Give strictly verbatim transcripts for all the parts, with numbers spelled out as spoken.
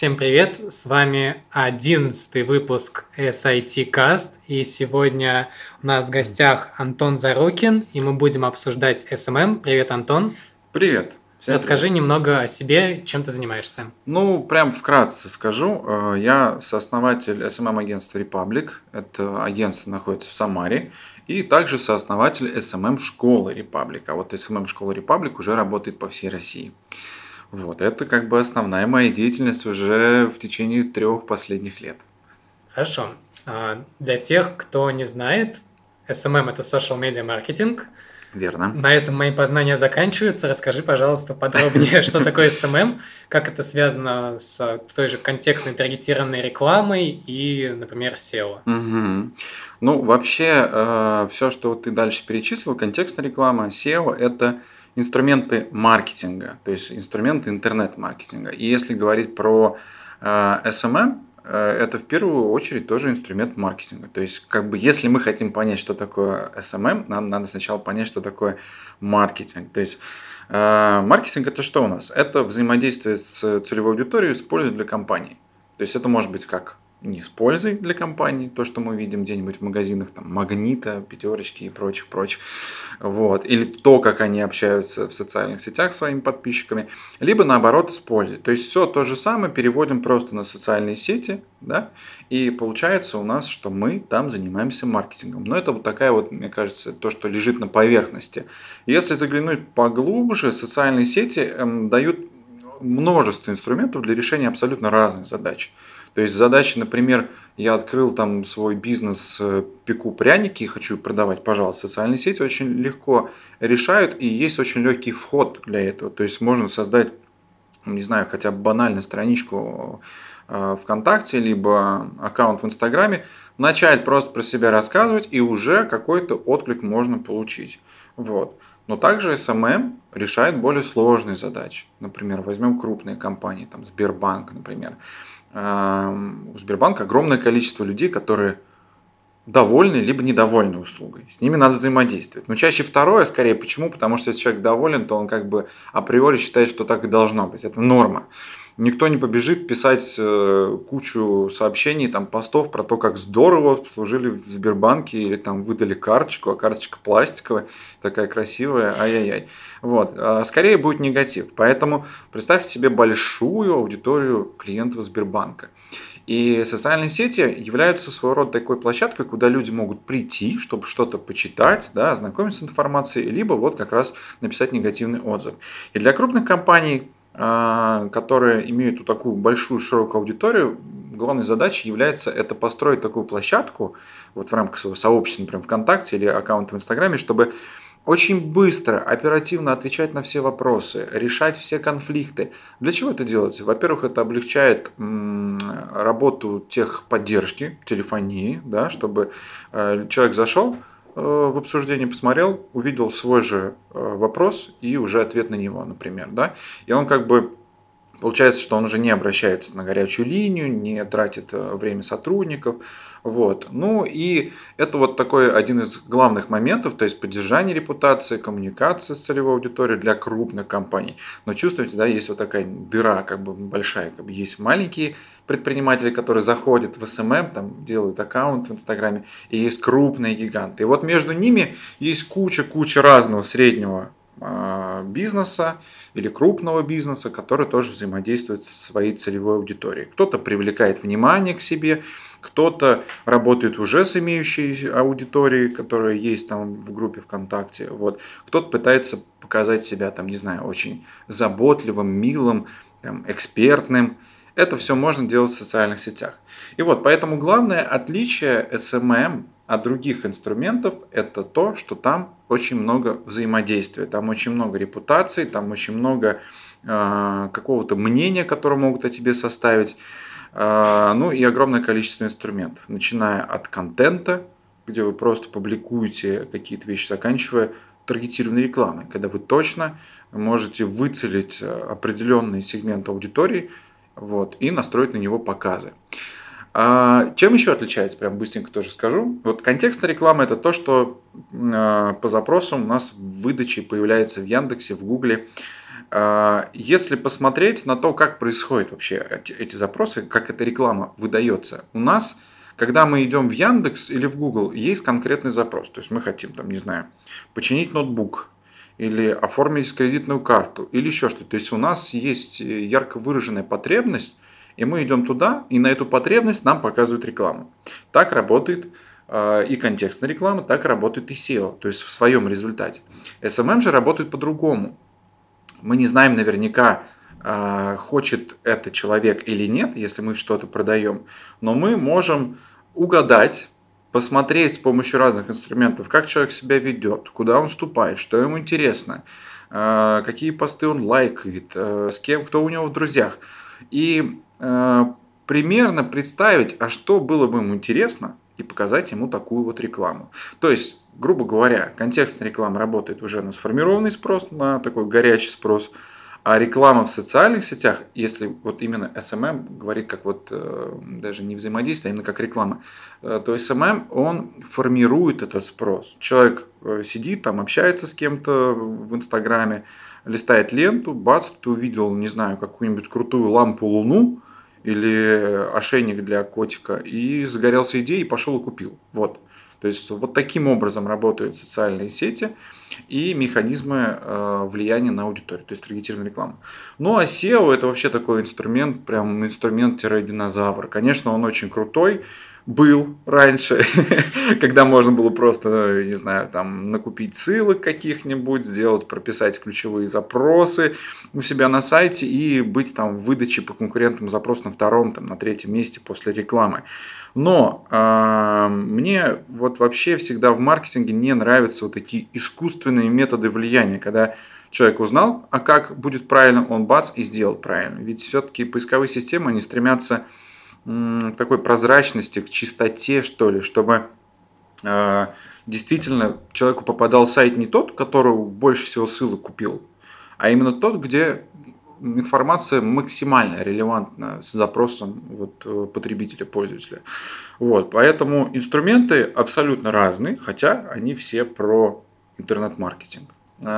Всем привет! С вами одиннадцатый выпуск эс ай ти Cast, и сегодня у нас в гостях Антон Зарукин, и мы будем обсуждать эс эм эм. Привет, Антон! Привет! Всем Расскажи привет! немного о себе, чем ты занимаешься. Ну, прям вкратце скажу. Я сооснователь эс эм эм-агентства Republic. Это агентство находится в Самаре. И также сооснователь эс эм эм-школы Republic. А вот эс эм эм-школа Republic уже работает по всей России. Вот, это как бы основная моя деятельность уже в течение трех последних лет. Хорошо. Для тех, кто не знает, эс эм эм – это social media маркетинг. Верно. На этом мои познания заканчиваются. Расскажи, пожалуйста, подробнее, что такое эс эм эм, как это связано с той же контекстной таргетированной рекламой и, например, сео. Угу. Ну, вообще, э, все, что вот ты дальше перечислил, контекстная реклама, сео – это инструменты маркетинга, то есть инструменты интернет-маркетинга. И если говорить про э, эс эм эм, э, это в первую очередь тоже инструмент маркетинга. То есть, как бы, если мы хотим понять, что такое эс эм эм, нам надо сначала понять, что такое маркетинг. То есть, э, маркетинг – это что у нас? Это взаимодействие с целевой аудиторией с пользой для компании. То есть, это может быть как не с пользой для компании, то, что мы видим где-нибудь в магазинах, там, Магнита, Пятерочки и прочих-прочих, вот, или то, как они общаются в социальных сетях с своими подписчиками, либо наоборот с пользой. То есть все то же самое переводим просто на социальные сети, да, и получается у нас, что мы там занимаемся маркетингом. Но это вот такая вот, мне кажется, то, что лежит на поверхности. Если заглянуть поглубже, социальные сети эм, дают множество инструментов для решения абсолютно разных задач. То есть задача, например, я открыл там свой бизнес, пеку пряники и хочу продавать, пожалуйста, социальные сети очень легко решают, и есть очень легкий вход для этого. То есть можно создать, не знаю, хотя бы банально страничку ВКонтакте, либо аккаунт в Инстаграме, начать просто про себя рассказывать, и уже какой-то отклик можно получить. Вот. Но также эс эм эм решает более сложные задачи. Например, возьмем крупные компании, там Сбербанк, например. У Сбербанка огромное количество людей, которые довольны либо недовольны услугой. С ними надо взаимодействовать. Но чаще второе, скорее. Почему? Потому что если человек доволен, то он как бы априори считает, что так и должно быть. Это норма. Никто не побежит писать кучу сообщений, там, постов про то, как здорово служили в Сбербанке или там выдали карточку, а карточка пластиковая, такая красивая, ай-яй-яй. Вот. А скорее будет негатив. Поэтому представьте себе большую аудиторию клиентов Сбербанка. И социальные сети являются своего рода такой площадкой, куда люди могут прийти, чтобы что-то почитать, да, ознакомиться с информацией, либо вот как раз написать негативный отзыв. И для крупных компаний, которые имеют вот такую большую широкую аудиторию, главной задачей является это построить такую площадку вот в рамках своего сообщества, например, ВКонтакте или аккаунта в Инстаграме, чтобы очень быстро, оперативно отвечать на все вопросы, решать все конфликты. Для чего это делается? Во-первых, это облегчает м, работу техподдержки, телефонии, да, чтобы э, человек зашел э, в обсуждение, посмотрел, увидел свой же э, вопрос и уже ответ на него, например. Да? И он как бы получается, что он уже не обращается на горячую линию, не тратит время сотрудников. Вот. Ну и это вот такой один из главных моментов, то есть поддержание репутации, коммуникация с целевой аудиторией для крупных компаний. Но чувствуете, да, есть вот такая дыра как бы большая. Как бы есть маленькие предприниматели, которые заходят в эс эм эм, там, делают аккаунт в Инстаграме, и есть крупные гиганты. И вот между ними есть куча-куча разного среднего бизнеса или крупного бизнеса, который тоже взаимодействует со своей целевой аудиторией. Кто-то привлекает внимание к себе, кто-то работает уже с имеющей аудиторией, которая есть там в группе ВКонтакте. Вот. Кто-то пытается показать себя, там, не знаю, очень заботливым, милым, там, экспертным. Это все можно делать в социальных сетях. И вот, поэтому главное отличие эс эм эм от других инструментов – это то, что там очень много взаимодействия, там очень много репутации, там очень много э, какого-то мнения, которое могут о тебе составить, э, ну и огромное количество инструментов, начиная от контента, где вы просто публикуете какие-то вещи, заканчивая таргетированной рекламой, когда вы точно можете выцелить определенный сегмент аудитории, вот, и настроить на него показы. А чем еще отличается, прям быстренько тоже скажу. Вот контекстная реклама – это то, что по запросам у нас в выдаче появляется в Яндексе, в Гугле. Если посмотреть на то, как происходят вообще эти, эти запросы, как эта реклама выдается, у нас, когда мы идем в Яндекс или в Google, есть конкретный запрос. То есть мы хотим, там, не знаю, починить ноутбук, или оформить кредитную карту, или еще что-то. То есть у нас есть ярко выраженная потребность, и мы идем туда, и на эту потребность нам показывают рекламу. Так работает э, и контекстная реклама, так работает и сео, то есть в своем результате. эс эм эм же работает по-другому. Мы не знаем наверняка, э, хочет это человек или нет, если мы что-то продаем, но мы можем угадать, посмотреть с помощью разных инструментов, как человек себя ведет, куда он вступает, что ему интересно, какие посты он лайкает, с кем, кто у него в друзьях. И примерно представить, а что было бы ему интересно, и показать ему такую вот рекламу. То есть, грубо говоря, контекстная реклама работает уже на сформированный спрос, на такой горячий спрос. А реклама в социальных сетях, если вот именно эс эм эм говорит как вот даже не взаимодействие, а именно как реклама, то эс эм эм, он формирует этот спрос. Человек сидит там, общается с кем-то в Инстаграме, листает ленту, бац, ты увидел, не знаю, какую-нибудь крутую лампу Луну или ошейник для котика, и загорелся идеей, и пошел и купил. Вот. То есть вот таким образом работают социальные сети и механизмы э, влияния на аудиторию, то есть таргетированная реклама. Ну а сео это вообще такой инструмент, прям инструмент-динозавр. Конечно, он очень крутой, был раньше, когда можно было просто, не знаю, там накупить ссылок каких-нибудь, сделать, прописать ключевые запросы у себя на сайте и быть там в выдаче по конкурентному запросу на втором, там, на третьем месте после рекламы. Но э, мне вот вообще всегда в маркетинге не нравятся вот такие искусственные методы влияния, когда человек узнал, а как будет правильно, он бац и сделал правильно. Ведь все-таки поисковые системы, они стремятся к такой прозрачности, к чистоте, что ли, чтобы э, действительно человеку попадал сайт не тот, который больше всего ссылок купил, а именно тот, где информация максимально релевантна с запросом вот, потребителя, пользователя. Вот, поэтому инструменты абсолютно разные, хотя они все про интернет-маркетинг.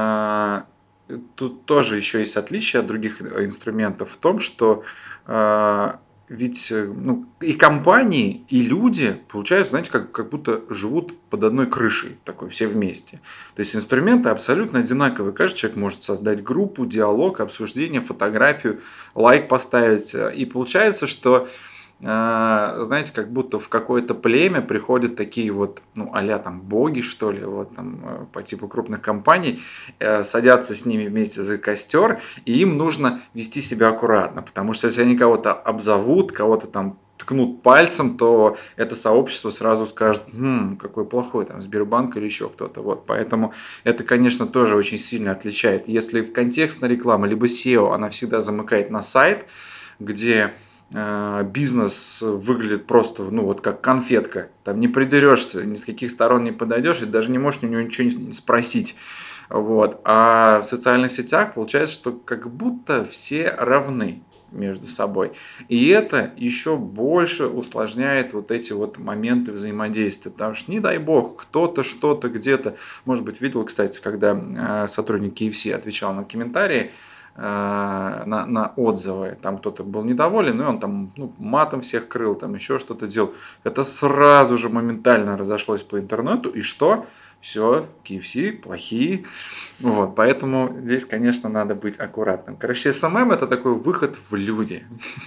Тут тоже еще есть отличие от других инструментов в том, что ведь ну, и компании, и люди, получается, знаете, как, как будто живут под одной крышей, такой, все вместе. То есть инструменты абсолютно одинаковые. Каждый человек может создать группу, диалог, обсуждение, фотографию, лайк поставить. И получается, что, знаете, как будто в какое-то племя приходят такие вот, ну, а-ля там боги, что ли, вот там по типу крупных компаний, садятся с ними вместе за костер, и им нужно вести себя аккуратно, потому что если они кого-то обзовут, кого-то там ткнут пальцем, то это сообщество сразу скажет, хм, какой плохой там Сбербанк или еще кто-то. Вот, поэтому это, конечно, тоже очень сильно отличает. Если контекстная реклама, либо сео, она всегда замыкает на сайт, где бизнес выглядит просто, ну, вот как конфетка. Там не придерешься, ни с каких сторон не подойдешь, и даже не можешь у него ничего спросить. Вот. А в социальных сетях получается, что как будто все равны между собой. И это еще больше усложняет вот эти вот моменты взаимодействия. Потому что, не дай бог, кто-то что-то где-то, может быть, видел, кстати, когда сотрудник кей эф си отвечал на комментарии, На, на отзывы, там кто-то был недоволен, и он там ну, матом всех крыл, там еще что-то делал. Это сразу же моментально разошлось по интернету, и что? Все, кей эф си плохие. Вот, поэтому здесь, конечно, надо быть аккуратным. Короче, эс эм эм это такой выход в люди.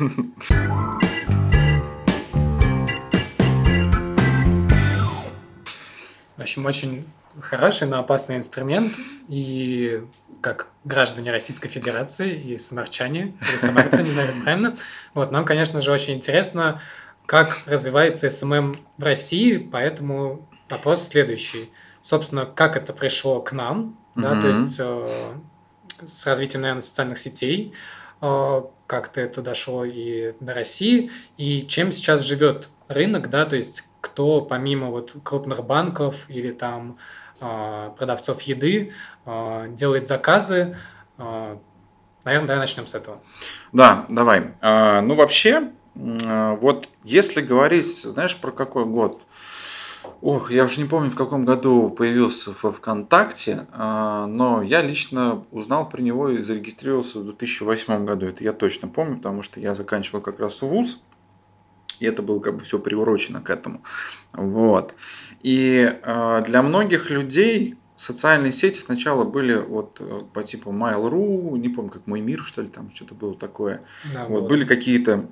В общем, очень хороший, но опасный инструмент. И как граждане Российской Федерации и сморчане, или самарцы, не знаю, как правильно, вот, нам, конечно же, очень интересно, как развивается эс эм эм в России, поэтому вопрос следующий. Собственно, как это пришло к нам, mm-hmm. да, то есть э, с развитием, наверное, социальных сетей, э, как-то это дошло и до России, и чем сейчас живет рынок, да, то есть кто помимо вот крупных банков или там продавцов еды, делает заказы. Наверное, давай начнем с этого. Да, давай. Ну, вообще, вот если говорить, знаешь, про какой год? Ох, я уже не помню, в каком году появился во ВКонтакте, а, но я лично узнал про него и зарегистрировался в две тысячи восьмом году. Это я точно помню, потому что я заканчивал как раз вуз, и это было как бы все приурочено к этому. Вот. И а, для многих людей социальные сети сначала были вот э, по типу Mail.ru, не помню, как Мой мир, что ли, там что-то было такое. Да, Вот, было были такое. какие-то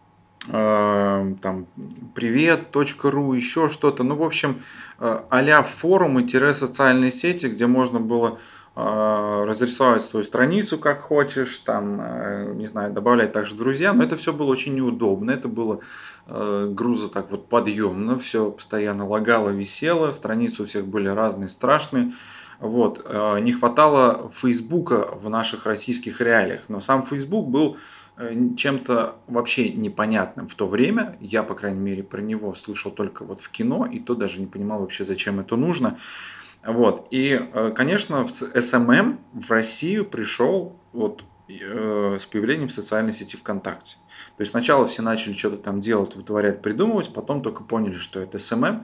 э, там привет точка ру, еще что-то. Ну, в общем, э, а-ля форумы-социальные сети, где можно было э, разрисовать свою страницу как хочешь, там, э, не знаю, добавлять также друзья, но это все было очень неудобно, это было э, груза так вот подъемно, все постоянно лагало, висело, страницы у всех были разные, страшные. Вот. э, Не хватало Фейсбука в наших российских реалиях, но сам Фейсбук был э, чем-то вообще непонятным в то время. Я, по крайней мере, про него слышал только вот в кино, и то даже не понимал вообще, зачем это нужно. Вот. И, э, конечно, с эс эм эм в Россию пришел вот э, с появлением социальной сети ВКонтакте. То есть сначала все начали что-то там делать, вытворять, придумывать, потом только поняли, что это эс эм эм.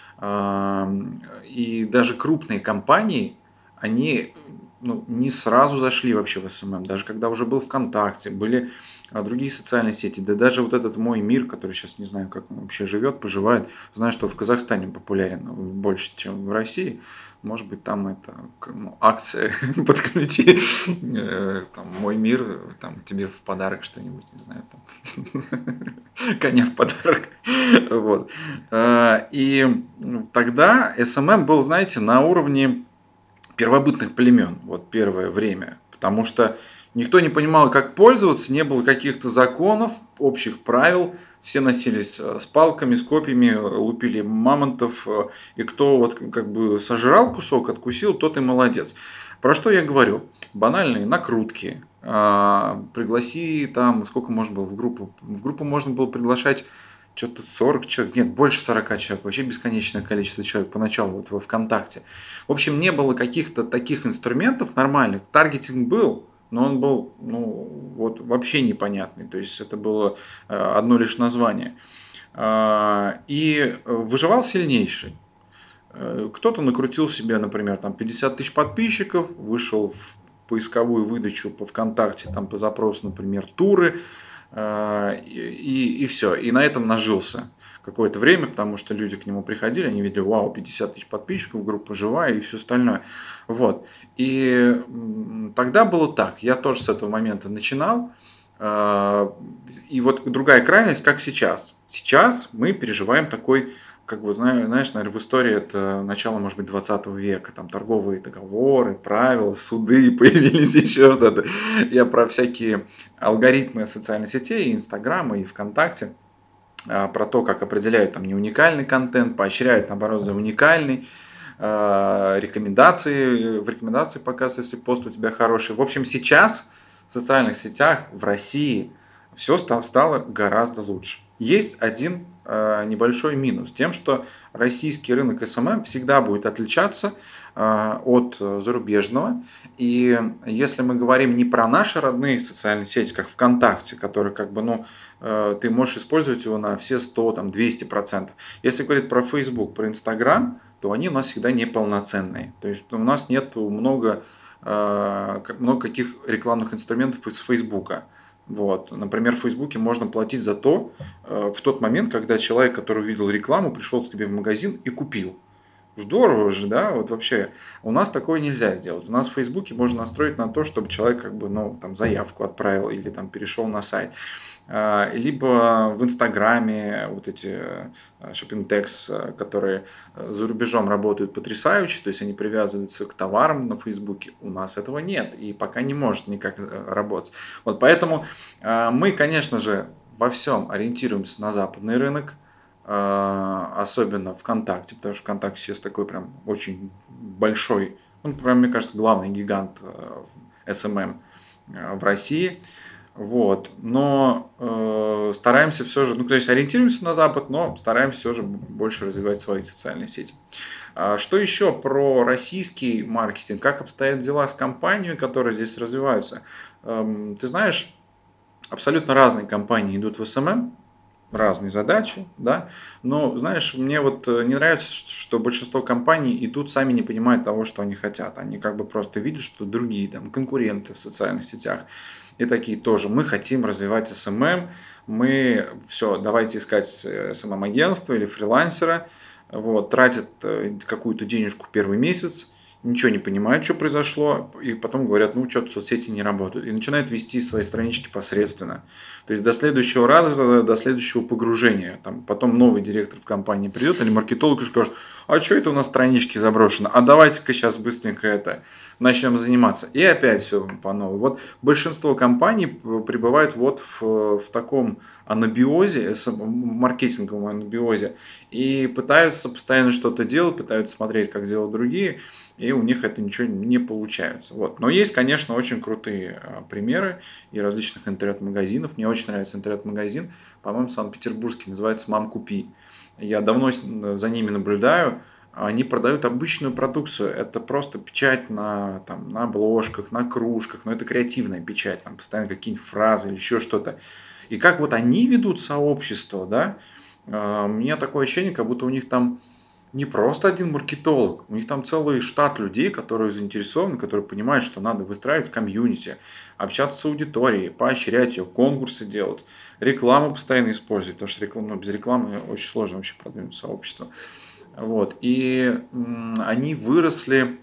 Ам, И даже крупные компании, они ну, не сразу зашли вообще в эс эм эм. Даже когда уже был ВКонтакте, были а, другие социальные сети. Да даже вот этот Мой мир, который сейчас не знаю, как он вообще живет, поживает. Знаю, что в Казахстане популярен больше, чем в России. Может быть, там это ну, акция подключи э, там, Мой мир, там тебе в подарок что-нибудь, не знаю, там коня в подарок. Вот. А, И тогда эс эм эм был, знаете, на уровне первобытных племен, вот первое время, потому что никто не понимал, как пользоваться, не было каких-то законов, общих правил, все носились э, с палками, с копьями, лупили мамонтов, э, и кто вот как бы сожрал кусок, откусил, тот и молодец. Про что я говорю? Банальные накрутки, а, пригласи там, сколько можно было в группу, в группу можно было приглашать что-то сорок человек, нет, больше сорока человек, вообще бесконечное количество человек поначалу вот во ВКонтакте. В общем, не было каких-то таких инструментов нормальных. Таргетинг был, но он был ну, вот, вообще непонятный. То есть это было э, одно лишь название. А, И выживал сильнейший. Э, Кто-то накрутил себе, например, там пятьдесят тысяч подписчиков, вышел в поисковую выдачу по ВКонтакте, там по запросу, например, туры, э, и, и все. И на этом нажился какое-то время, потому что люди к нему приходили, они видели, вау, пятьдесят тысяч подписчиков, группа живая и все остальное. Вот. И тогда было так. Я тоже с этого момента начинал. Э, И вот другая крайность, как сейчас. Сейчас мы переживаем такой как бы, знаешь, наверное, в истории это начало, может быть, двадцатого века, там торговые договоры, правила, суды появились, еще что-то. Я про всякие алгоритмы социальных сетей, Инстаграма и ВКонтакте, а, про то, как определяют там не уникальный контент, поощряют, наоборот, за уникальный, а, рекомендации, в рекомендации показывают, если пост у тебя хороший. В общем, сейчас в социальных сетях в России все стало гораздо лучше. Есть один э, небольшой минус тем, что российский рынок эс эм эм всегда будет отличаться э, от зарубежного. И если мы говорим не про наши родные социальные сети, как ВКонтакте, которые как бы, ну, э, ты можешь использовать его на все сто, там, двести процентов. Если говорить про Facebook, про Instagram, то они у нас всегда неполноценные. То есть у нас нет много, э, много каких рекламных инструментов из Фейсбука. Вот. Например, в Фейсбуке можно платить за то, э, в тот момент, когда человек, который увидел рекламу, пришел к тебе в магазин и купил. Здорово же, да, вот вообще. У нас такое нельзя сделать. У нас в Фейсбуке можно настроить на то, чтобы человек как бы, ну, там, заявку отправил или там перешел на сайт. А, Либо в Инстаграме вот эти shopping tags, которые за рубежом работают потрясающе, то есть они привязываются к товарам на Фейсбуке. У нас этого нет и пока не может никак э, работать. Вот поэтому э, мы, конечно же, во всем ориентируемся на западный рынок, э, особенно ВКонтакте, потому что ВКонтакте сейчас такой прям очень большой, он прям, мне кажется, главный гигант эс эм эм в России. Вот. Но э, стараемся все же, ну, то есть ориентируемся на Запад, но стараемся все же больше развивать свои социальные сети. А что еще про российский маркетинг? Как обстоят дела с компаниями, которые здесь развиваются? Эм, ты знаешь, абсолютно разные компании идут в эс эм эм. разные задачи, да, но, знаешь, мне вот э, не нравится, ш- что большинство компаний идут сами не понимают того, что они хотят. Они как бы просто видят, что другие там конкуренты в социальных сетях и такие тоже. Мы хотим развивать эс эм эм, мы все, давайте искать эс эм эм-агентство или фрилансера, вот, тратят э, какую-то денежку первый месяц, ничего не понимают, что произошло, и потом говорят, ну, что-то соцсети не работают, и начинают вести свои странички посредственно. То есть до следующего раза, до следующего погружения. Там, потом новый директор в компании придет или маркетолог и скажет, а что это у нас странички заброшены? А давайте-ка сейчас быстренько это начнем заниматься. И опять все по новой. Вот большинство компаний пребывают вот в, в таком анабиозе, маркетинговом анабиозе, и пытаются постоянно что-то делать, пытаются смотреть, как делают другие, и у них это ничего не получается. Вот. Но есть, конечно, очень крутые примеры и различных интернет-магазинов. Мне очень нравится интернет-магазин, по-моему, санкт-петербургский, называется «Мам, купи». Я давно за ними наблюдаю. Они продают обычную продукцию. Это просто печать на, там, на обложках, на кружках. Но это креативная печать. Там постоянно какие-нибудь фразы или еще что-то. И как вот они ведут сообщество, да, у меня такое ощущение, как будто у них там не просто один маркетолог, у них там целый штат людей, которые заинтересованы, которые понимают, что надо выстраивать комьюнити, общаться с аудиторией, поощрять ее, конкурсы делать, рекламу постоянно использовать, потому что реклама, ну, без рекламы очень сложно вообще продвинуть сообщество. Вот. И м, они выросли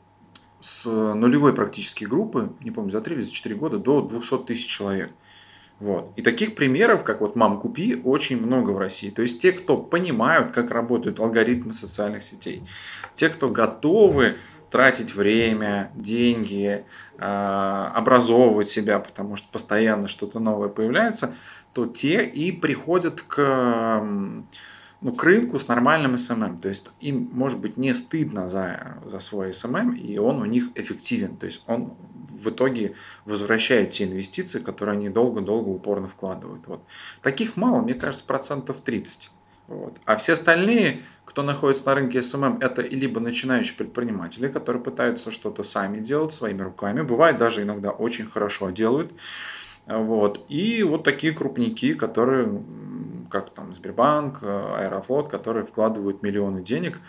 с нулевой практически группы, не помню, за три или за четыре года, до двухсот тысяч человек. Вот. И таких примеров, как вот «Мам, купи», очень много в России. То есть те, кто понимают, как работают алгоритмы социальных сетей, те, кто готовы тратить время, деньги, а, образовывать себя, потому что постоянно что-то новое появляется, то те и приходят к, м, ну, к рынку с нормальным эс эм эм. То есть им, может быть, не стыдно за, за свой эс эм эм, и он у них эффективен. То есть он в итоге возвращает те инвестиции, которые они долго-долго упорно вкладывают. Вот. Таких мало, мне кажется, процентов тридцать. Вот. А все остальные, кто находится на рынке эс эм эм, это либо начинающие предприниматели, которые пытаются что-то сами делать своими руками. Бывает, даже иногда очень хорошо делают. Вот. И вот такие крупники, которые, как там Сбербанк, Аэрофлот, которые вкладывают миллионы денег,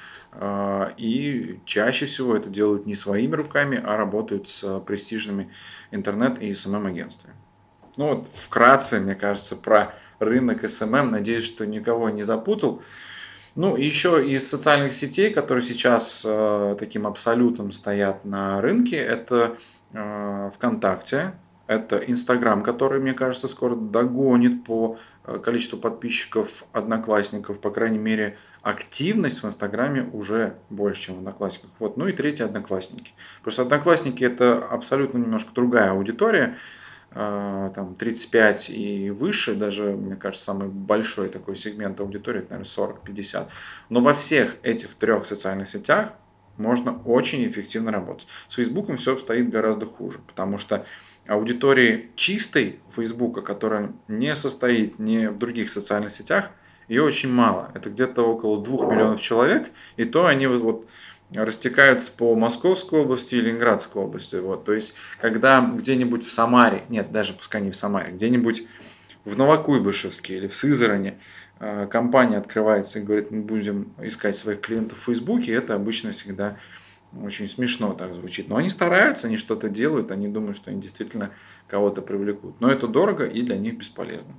и чаще всего это делают не своими руками, а работают с престижными интернет- и эс эм эм-агентствами. Ну вот вкратце, мне кажется, про рынок эс эм эм. Надеюсь, что никого не запутал. Ну, и еще из социальных сетей, которые сейчас э, таким абсолютом стоят на рынке, это э, ВКонтакте, это Инстаграм, который, мне кажется, скоро догонит по э, количеству подписчиков Одноклассников, по крайней мере, активность в Инстаграме уже больше, чем в Одноклассниках. Вот. Ну и третье, Одноклассники. Просто Одноклассники это абсолютно немножко другая аудитория, там тридцать пять и выше, даже, мне кажется, самый большой такой сегмент аудитории, это, наверное, сорок-пятьдесят. Но во всех этих трех социальных сетях можно очень эффективно работать. С Фейсбуком все обстоит гораздо хуже, потому что аудитории чистой Фейсбука, которая не состоит ни в других социальных сетях, ее очень мало. Это где-то около двух миллионов человек, и то они вот растекаются по Московской области и Ленинградской области. Вот. То есть, когда где-нибудь в Самаре, нет, даже пускай не в Самаре, где-нибудь в Новокуйбышевске или в Сызрани э, компания открывается и говорит, мы будем искать своих клиентов в Фейсбуке, это обычно всегда очень смешно так звучит. Но они стараются, они что-то делают, они думают, что они действительно кого-то привлекут. Но это дорого и для них бесполезно.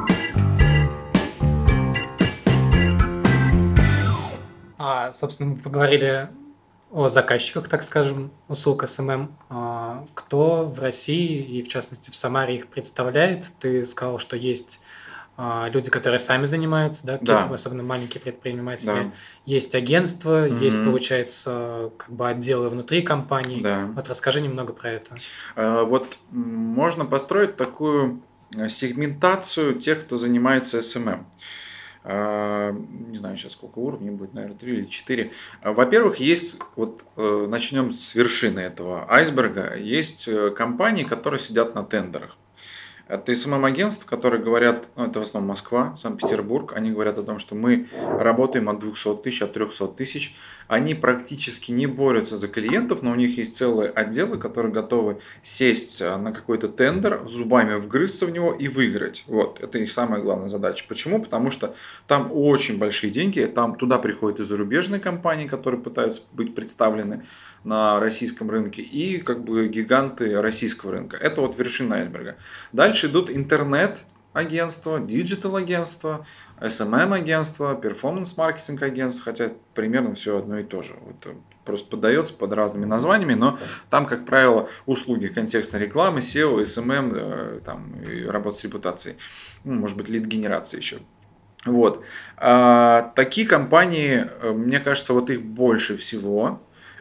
А, собственно, мы поговорили о заказчиках, так скажем, услуг эс эм эм. А, кто в России и, в частности, в Самаре их представляет? Ты сказал, что есть а, люди, которые сами занимаются, да, какие-то, Да, особенно маленькие предприниматели. да. Есть агентство, есть, Мгм. получается, как бы отделы внутри компаний. Да. Вот расскажи немного про это. Э, Вот м, можно построить такую э, сегментацию тех, кто занимается эс эм эм. А, Не знаю сейчас сколько уровней будет, наверное, три или четыре. А, Во-первых, есть, вот э, начнем с вершины этого айсберга, есть э, компании, которые сидят на тендерах. Это эс эм эм-агентства, которые говорят, ну, это в основном Москва, Санкт-Петербург, они говорят о том, что мы работаем от двухсот тысяч, от трехсот тысяч. Они практически не борются за клиентов, но у них есть целые отделы, которые готовы сесть на какой-то тендер, зубами вгрызться в него и выиграть. Вот, это их самая главная задача. Почему? Потому что там очень большие деньги, там туда приходят и зарубежные компании, которые пытаются быть представлены на российском рынке, и как бы гиганты российского рынка. Это вот вершина айсберга. Дальше идут интернет-агентства, диджитал-агентства, эс эм эм-агентства, перформанс-маркетинг-агентства, хотя примерно все одно и то же. Вот просто поддается под разными названиями, но там, как правило, услуги контекстной рекламы, сео, эс эм эм, там, и работа с репутацией, ну, может быть, лид-генерация еще. Вот. А, такие компании, мне кажется, вот их больше всего.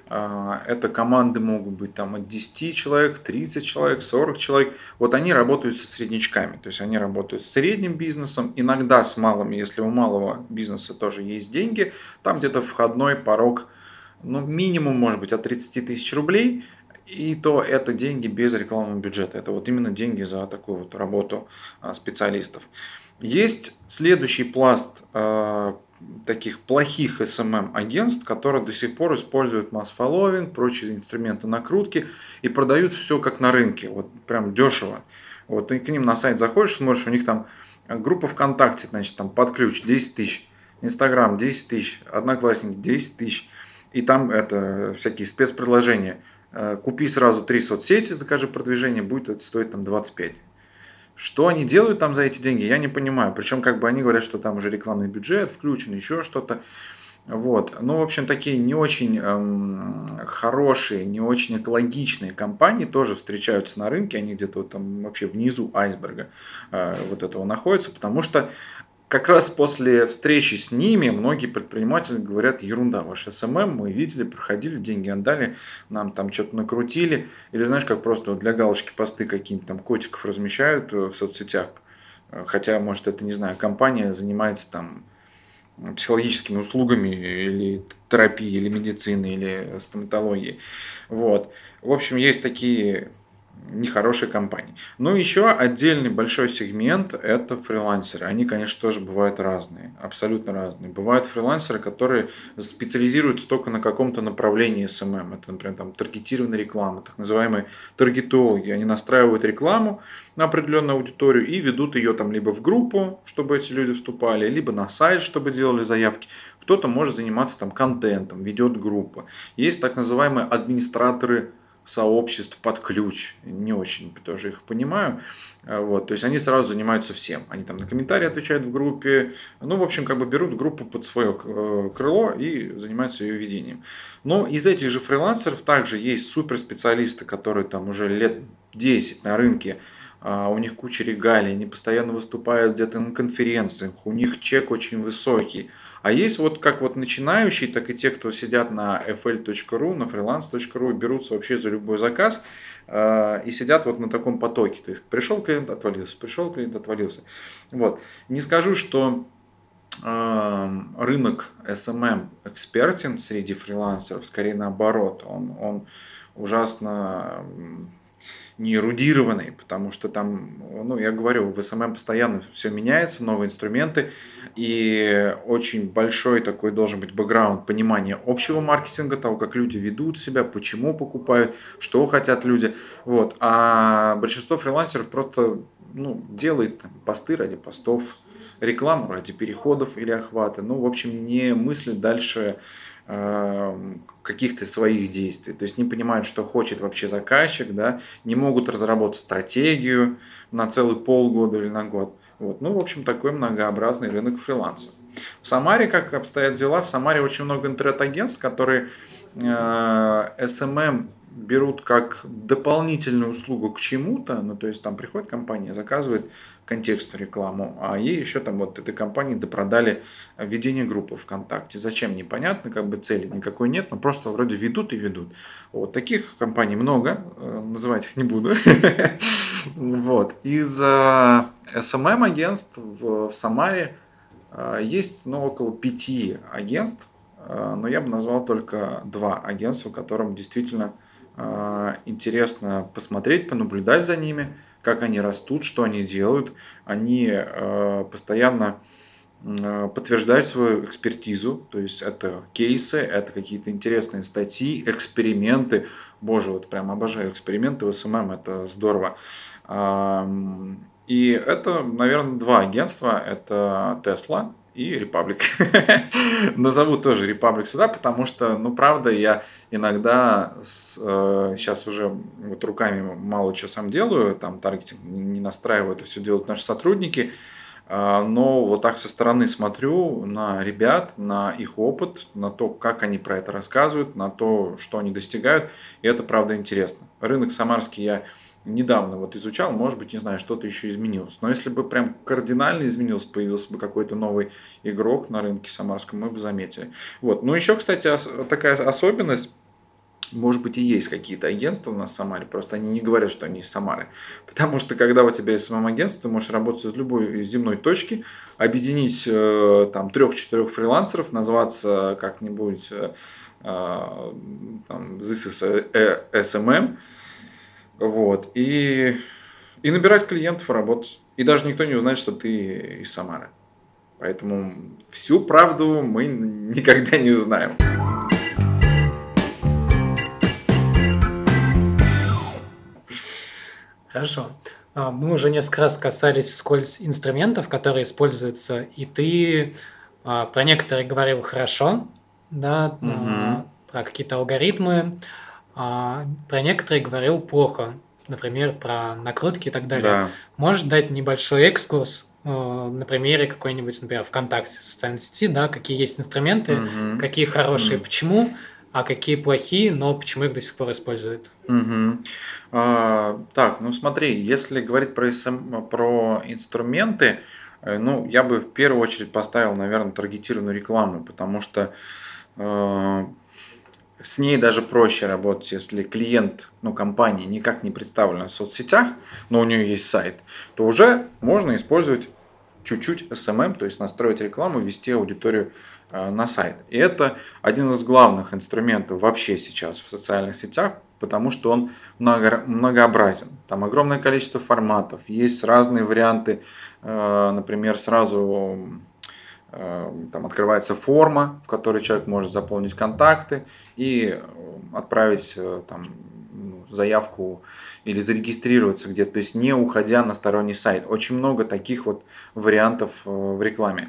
Это команды могут быть там от десяти человек, тридцать человек, сорок человек. Вот они работают со среднячками, то есть они работают с средним бизнесом, иногда с малым, если у малого бизнеса тоже есть деньги, там где-то входной порог, ну, минимум может быть от тридцати тысяч рублей, и то это деньги без рекламного бюджета, это вот именно деньги за такую вот работу специалистов. Есть следующий пласт э, таких плохих эс эм эм-агентств, которые до сих пор используют масс-фолловинг, прочие инструменты накрутки и продают все как на рынке, вот прям дешево. Вот ты к ним на сайт заходишь, смотришь, у них там группа ВКонтакте, значит, там под ключ десять тысяч, Инстаграм десять тысяч, Одноклассники десять тысяч, и там это всякие спецприложения. Купи сразу три соцсети, закажи продвижение, будет это стоить там двадцать пять. Что они делают там за эти деньги, я не понимаю. Причем как бы они говорят, что там уже рекламный бюджет включен, еще что-то. Вот. Ну, в общем, такие не очень эм, хорошие, не очень экологичные компании тоже встречаются на рынке. Они где-то вот там вообще внизу айсберга э, вот этого находятся, потому что как раз после встречи с ними многие предприниматели говорят: ерунда, ваш эс эм эм, мы видели, проходили, деньги отдали, нам там что-то накрутили. Или знаешь, как просто вот для галочки посты какие-нибудь там котиков размещают в соцсетях. Хотя, может, это, не знаю, компания занимается там психологическими услугами или терапией, или медициной, или стоматологией. Вот. В общем, есть такие нехорошие компании. Ну, еще отдельный большой сегмент – это фрилансеры. Они, конечно, тоже бывают разные, абсолютно разные. Бывают фрилансеры, которые специализируются только на каком-то направлении эс эм эм. Это, например, там, таргетированная реклама, так называемые таргетологи. Они настраивают рекламу на определенную аудиторию и ведут ее там либо в группу, чтобы эти люди вступали, либо на сайт, чтобы делали заявки. Кто-то может заниматься там контентом, ведет группы. Есть так называемые администраторы сообществ под ключ. Не очень тоже их понимаю. Вот, то есть они сразу занимаются всем. Они там на комментарии отвечают в группе. Ну, в общем, как бы берут группу под свое крыло и занимаются ее ведением. Но из этих же фрилансеров также есть суперспециалисты, которые там уже лет десять на рынке. У них куча регалий, они постоянно выступают где-то на конференциях, у них чек очень высокий. А есть вот как вот начинающие, так и те, кто сидят на эф эл точка ру, на фриланс точка ру и берутся вообще за любой заказ и сидят вот на таком потоке. То есть пришел клиент, отвалился, пришел клиент, отвалился. Вот. Не скажу, что рынок эс эм эм экспертен среди фрилансеров, скорее наоборот, он, он ужасно не эрудированный, потому что там, ну, я говорю, в эс эм эм постоянно все меняется, новые инструменты, и очень большой такой должен быть бэкграунд понимания общего маркетинга, того, как люди ведут себя, почему покупают, что хотят люди. Вот. А большинство фрилансеров просто, ну, делает там посты ради постов, рекламу ради переходов или охвата. Ну, в общем, не мыслит дальше каких-то своих действий, то есть не понимают, что хочет вообще заказчик, да, не могут разработать стратегию на целый полгода или на год. Вот. Ну, в общем, такой многообразный рынок фриланса. В Самаре как обстоят дела? В Самаре очень много интернет-агентств, которые э, эс эм эм берут как дополнительную услугу к чему-то, ну, то есть там приходит компания, заказывает контекстную рекламу, а ей еще там вот этой компании допродали ведение группы ВКонтакте. Зачем, непонятно, как бы цели никакой нет, но просто вроде ведут и ведут. Вот таких компаний много, называть их не буду. Вот. Из эс эм эм-агентств в Самаре есть, ну, около пяти агентств, но я бы назвал только два агентства, которым действительно интересно посмотреть, понаблюдать за ними, как они растут, что они делают. Они э, постоянно э, подтверждают свою экспертизу, то есть это кейсы, это какие-то интересные статьи, эксперименты. Боже, вот прям обожаю эксперименты в эс эм эм, это здорово. И это, наверное, два агентства, это Tesla и Republic. Назову тоже Republic сюда, потому что, ну, правда, я иногда с, э, сейчас уже вот руками мало чего сам делаю, там таргетинг не настраиваю, это все делают наши сотрудники, э, но вот так со стороны смотрю на ребят, на их опыт, на то, как они про это рассказывают, на то, что они достигают, и это, правда, интересно. Рынок самарский я недавно вот изучал, может быть, не знаю, что-то еще изменилось. Но если бы прям кардинально изменился, появился бы какой-то новый игрок на рынке самарском, мы бы заметили. Вот. Ну, еще, кстати, такая особенность, может быть, и есть какие-то агентства у нас в Самаре, просто они не говорят, что они из Самары. Потому что, когда у тебя есть самоагентство, ты можешь работать из любой земной точки, объединить там трех-четырех фрилансеров, назваться как-нибудь там, This is эс эм эм, вот, и, и набирать клиентов и работать. И даже никто не узнает, что ты из Самары. Поэтому всю правду мы никогда не узнаем. Хорошо. Мы уже несколько раз касались вскользь инструментов, которые используются, и ты про некоторые говорил хорошо, да, Угу. про какие-то алгоритмы, про некоторые говорил плохо, например, про накрутки и так далее. Да. Можешь дать небольшой экскурс на примере какой-нибудь, например, ВКонтакте, социальной сети, да, какие есть инструменты, Угу. какие хорошие, Угу. почему, а какие плохие, но почему их до сих пор используют? Угу. А, так, ну смотри, если говорить про, эс эм эм, про инструменты, э, ну, я бы в первую очередь поставил, наверное, таргетированную рекламу, потому что э, с ней даже проще работать, если клиент, ну, компании никак не представлена в соцсетях, но у нее есть сайт, то уже можно использовать чуть-чуть эс эм эм, то есть настроить рекламу, ввести аудиторию э, на сайт. И это один из главных инструментов вообще сейчас в социальных сетях, потому что он много, многообразен. Там огромное количество форматов, есть разные варианты, э, например, сразу э, там открывается форма, в которой человек может заполнить контакты и отправить э, там, заявку или зарегистрироваться где-то, то есть не уходя на сторонний сайт. Очень много таких вот вариантов в рекламе.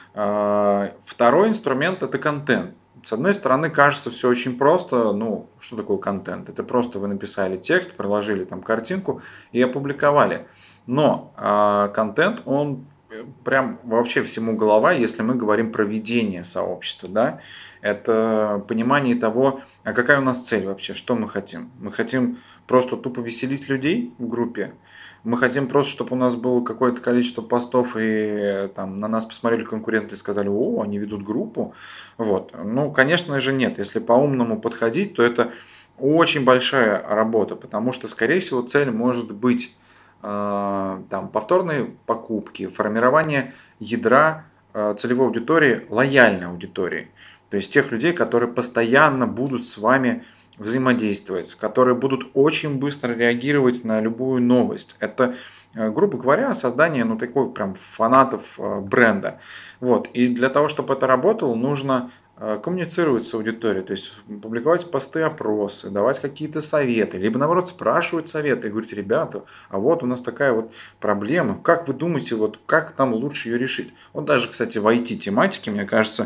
Второй инструмент – это контент. С одной стороны, кажется, все очень просто. Ну, что такое контент? Это просто вы написали текст, приложили там картинку и опубликовали. Но э, контент, он прям вообще всему голова, если мы говорим про ведение сообщества, да? Это понимание того, а какая у нас цель вообще, что мы хотим. Мы хотим просто тупо веселить людей в группе. Мы хотим просто, чтобы у нас было какое-то количество постов, и там на нас посмотрели конкуренты и сказали: о, они ведут группу. Вот. Ну, конечно же, нет. Если по-умному подходить, то это очень большая работа, потому что, скорее всего, цель может быть э, там, повторной покупки, формирование ядра э, целевой аудитории, лояльной аудитории. То есть тех людей, которые постоянно будут с вами взаимодействовать, которые будут очень быстро реагировать на любую новость. Это, грубо говоря, создание, ну, такой прям фанатов бренда. Вот. И для того, чтобы это работало, нужно коммуницировать с аудиторией, то есть публиковать посты, опросы, давать какие-то советы, либо наоборот спрашивать советы и говорить: ребята, а вот у нас такая вот проблема, как вы думаете, вот как нам лучше ее решить? Вот даже, кстати, в ай ти-тематике, мне кажется,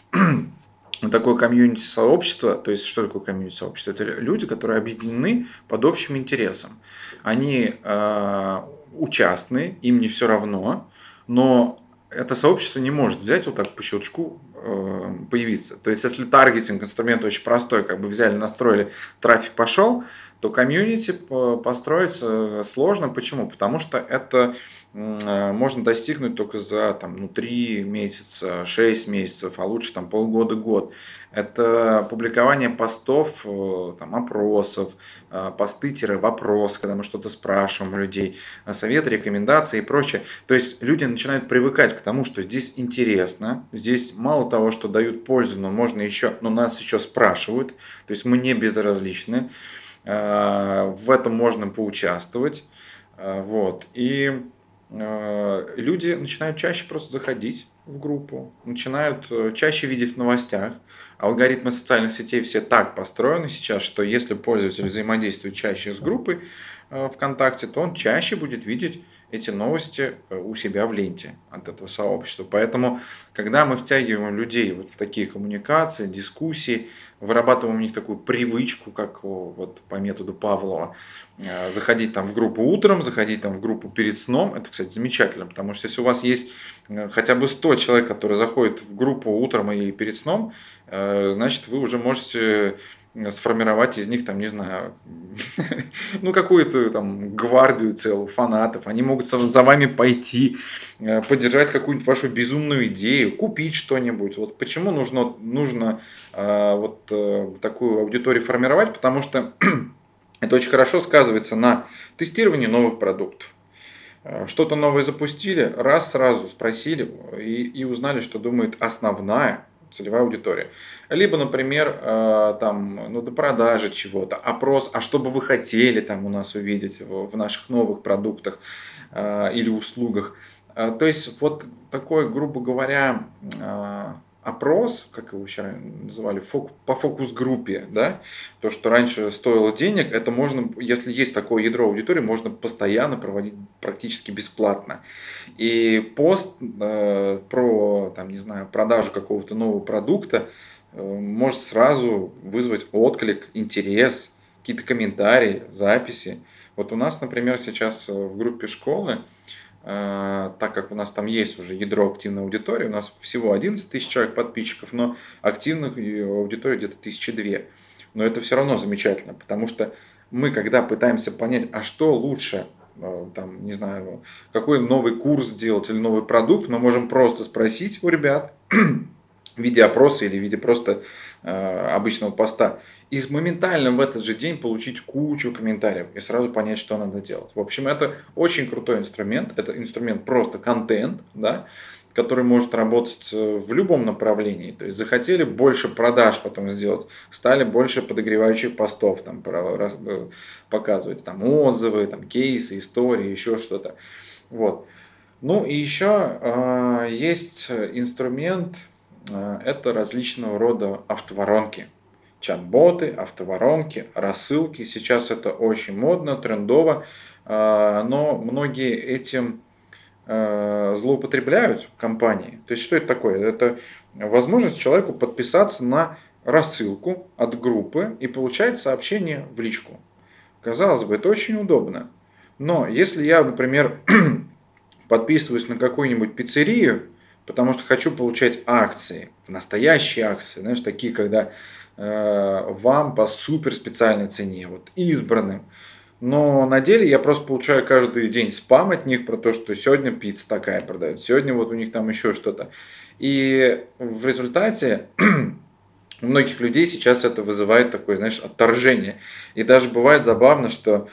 такое комьюнити-сообщество, то есть что такое комьюнити-сообщество? Это люди, которые объединены под общим интересом. Они э, участны, им не все равно, но это сообщество не может взять вот так по щелчку э, появиться. То есть если таргетинг, инструмент очень простой, как бы взяли, настроили, трафик пошел, то комьюнити построить сложно. Почему? Потому что это можно достигнуть только за там, ну, три месяца, шесть месяцев, а лучше там, полгода, год. Это публикование постов, там, опросов, посты-вопрос, когда мы что-то спрашиваем у людей, советы, рекомендации и прочее. То есть люди начинают привыкать к тому, что здесь интересно, здесь мало того, что дают пользу, но можно еще, но нас еще спрашивают, то есть мы не безразличны, в этом можно поучаствовать. Вот. И люди начинают чаще просто заходить в группу, начинают чаще видеть в новостях. Алгоритмы социальных сетей все так построены сейчас, что если пользователь взаимодействует чаще с группой ВКонтакте, то он чаще будет видеть эти новости у себя в ленте от этого сообщества. Поэтому, когда мы втягиваем людей вот в такие коммуникации, дискуссии, вырабатываем у них такую привычку, как вот по методу Павлова, заходить там в группу утром, заходить там в группу перед сном, это, кстати, замечательно, потому что если у вас есть хотя бы сто человек, которые заходят в группу утром и перед сном, значит, вы уже можете сформировать из них, там, не знаю, ну, какую-то там гвардию целую фанатов. Они могут за вами пойти, поддержать какую-нибудь вашу безумную идею, купить что-нибудь. Вот почему нужно, нужно вот такую аудиторию формировать? Потому что это очень хорошо сказывается на тестировании новых продуктов. Что-то новое запустили, раз сразу спросили и, и узнали, что думает основная целевая аудитория. Либо, например, там, ну, до продажи чего-то, опрос, а что бы вы хотели там у нас увидеть в наших новых продуктах или услугах. То есть вот такой, грубо говоря, опрос, как его еще называли, по фокус-группе, да, то, что раньше стоило денег, это можно, если есть такое ядро аудитории, можно постоянно проводить практически бесплатно. И пост э, про, там, не знаю, продажу какого-то нового продукта э, может сразу вызвать отклик, интерес, какие-то комментарии, записи. Вот у нас, например, сейчас в группе школы, так как у нас там есть уже ядро активной аудитории, у нас всего одиннадцать тысяч человек подписчиков, но активных аудиторий где-то тысячи две. Но это все равно замечательно, потому что мы, когда пытаемся понять, а что лучше, там, не знаю, какой новый курс сделать или новый продукт, мы можем просто спросить у ребят в виде опроса или в виде просто обычного поста, и моментально в этот же день получить кучу комментариев и сразу понять, что надо делать. В общем, это очень крутой инструмент. Это инструмент просто контент, да, который может работать в любом направлении. То есть захотели больше продаж потом сделать, стали больше подогревающих постов там, показывать, там, отзывы, там, кейсы, истории, еще что-то. Вот. Ну и еще э, есть инструмент, э, это различного рода автоворонки. Чат-боты, автоворонки, рассылки. Сейчас это очень модно, трендово, но многие этим злоупотребляют компании. То есть что это такое? Это возможность человеку подписаться на рассылку от группы и получать сообщение в личку. Казалось бы, это очень удобно. Но если я, например, подписываюсь на какую-нибудь пиццерию, потому что хочу получать акции, настоящие акции, знаешь, такие, когда вам по супер специальной цене, вот избранным. Но на деле я просто получаю каждый день спам от них про то, что сегодня пицца такая продают, сегодня вот у них там еще что-то. И в результате у многих людей сейчас это вызывает такое, знаешь, отторжение. И даже бывает забавно, что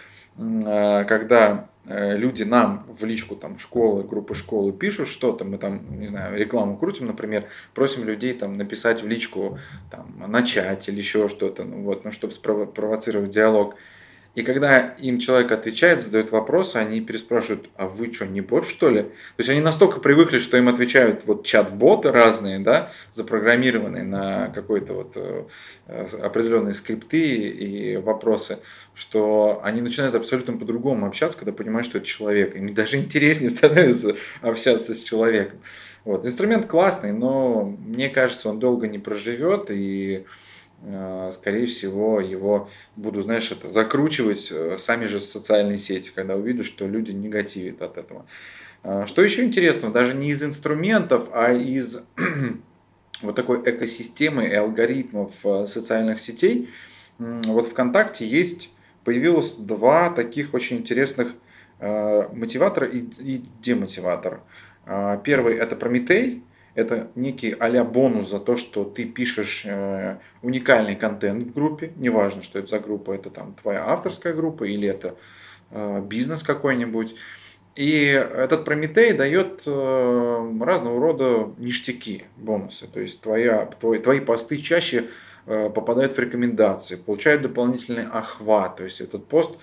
когда люди нам в личку там школы, группы школы пишут что-то, мы там, не знаю, рекламу крутим, например, просим людей там написать в личку, там, начать или еще что-то, ну вот, ну, чтобы спровоцировать диалог. И когда им человек отвечает, задает вопросы, они переспрашивают, а вы что, не бот, что ли? То есть они настолько привыкли, что им отвечают вот чат-боты разные, да, запрограммированные на какой-то вот э, определенные скрипты и вопросы, что они начинают абсолютно по-другому общаться, когда понимают, что это человек. Им даже интереснее становится общаться с человеком. Вот. Инструмент классный, но мне кажется, он долго не проживет, и скорее всего, его буду, знаешь, это закручивать сами же социальные сети, когда увидят, что люди негативят от этого. Что еще интересно, даже не из инструментов, а из вот такой экосистемы и алгоритмов социальных сетей, вот ВКонтакте есть, появилось два таких очень интересных мотиватора и, и демотиватора. Первый это Прометей. Это некий а-ля бонус за то, что ты пишешь э, уникальный контент в группе. Неважно, что это за группа, это там твоя авторская группа или это э, бизнес какой-нибудь. И этот Прометей дает э, разного рода ништяки, бонусы. То есть твоя, твои, твои посты чаще э, попадают в рекомендации, получают дополнительный охват. То есть этот пост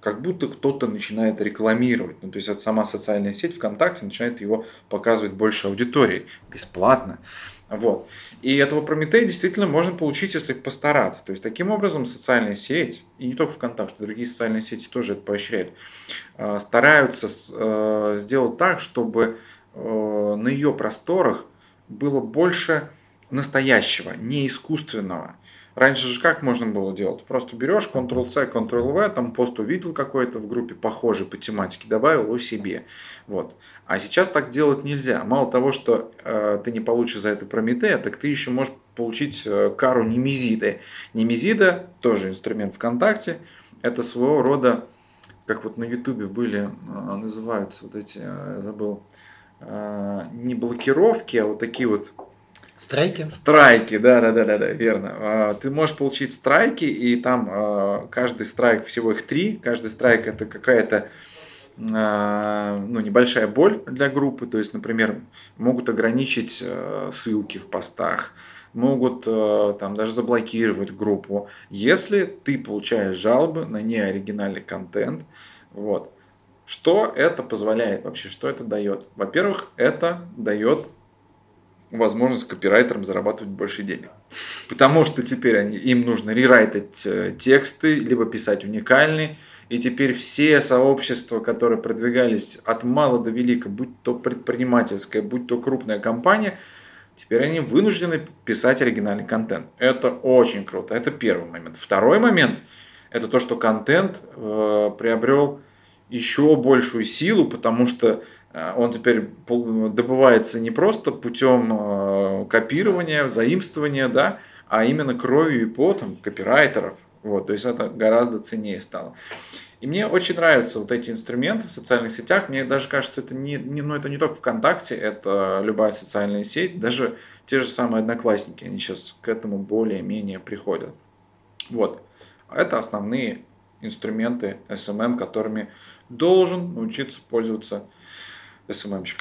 как будто кто-то начинает рекламировать. Ну, то есть, это сама социальная сеть ВКонтакте начинает его показывать больше аудитории бесплатно. Вот. И этого Прометея действительно можно получить, если постараться. То есть, таким образом, социальная сеть, и не только ВКонтакте, другие социальные сети тоже это поощряют, стараются сделать так, чтобы на ее просторах было больше настоящего, не искусственного. Раньше же как можно было делать? Просто берешь контрол-C, контрол-V, там пост увидел какой-то в группе похожий по тематике, добавил его себе. Вот. А сейчас так делать нельзя. Мало того, что э, ты не получишь за это Прометея, так ты еще можешь получить э, кару Немезиды. Немезида, тоже инструмент ВКонтакте, это своего рода, как вот на Ютубе были, э, называются вот эти, э, я забыл, э, не блокировки, а вот такие вот Страйки? Страйки, да, да, да, да, да, верно. Ты можешь получить страйки, и там каждый страйк, всего их три, каждый страйк это какая-то ну, небольшая боль для группы, то есть, например, могут ограничить ссылки в постах, могут там даже заблокировать группу, если ты получаешь жалобы на неоригинальный контент. Вот. Что это позволяет вообще, что это дает? Во-первых, это дает возможность копирайтерам зарабатывать больше денег. Потому что теперь они, им нужно рерайтить тексты, либо писать уникальные. И теперь все сообщества, которые продвигались от мала до велика, будь то предпринимательская, будь то крупная компания, теперь они вынуждены писать оригинальный контент. Это очень круто. Это первый момент. Второй момент – это то, что контент э, приобрел еще большую силу, потому что он теперь добывается не просто путем копирования, заимствования, да, а именно кровью и потом копирайтеров. Вот, то есть это гораздо ценнее стало. И мне очень нравятся вот эти инструменты в социальных сетях. Мне даже кажется, что это не, не, ну, это не только ВКонтакте, это любая социальная сеть. Даже те же самые Одноклассники, они сейчас к этому более-менее приходят. Вот. Это основные инструменты эс эм эм, которыми должен научиться пользоваться эс эм эм-щик.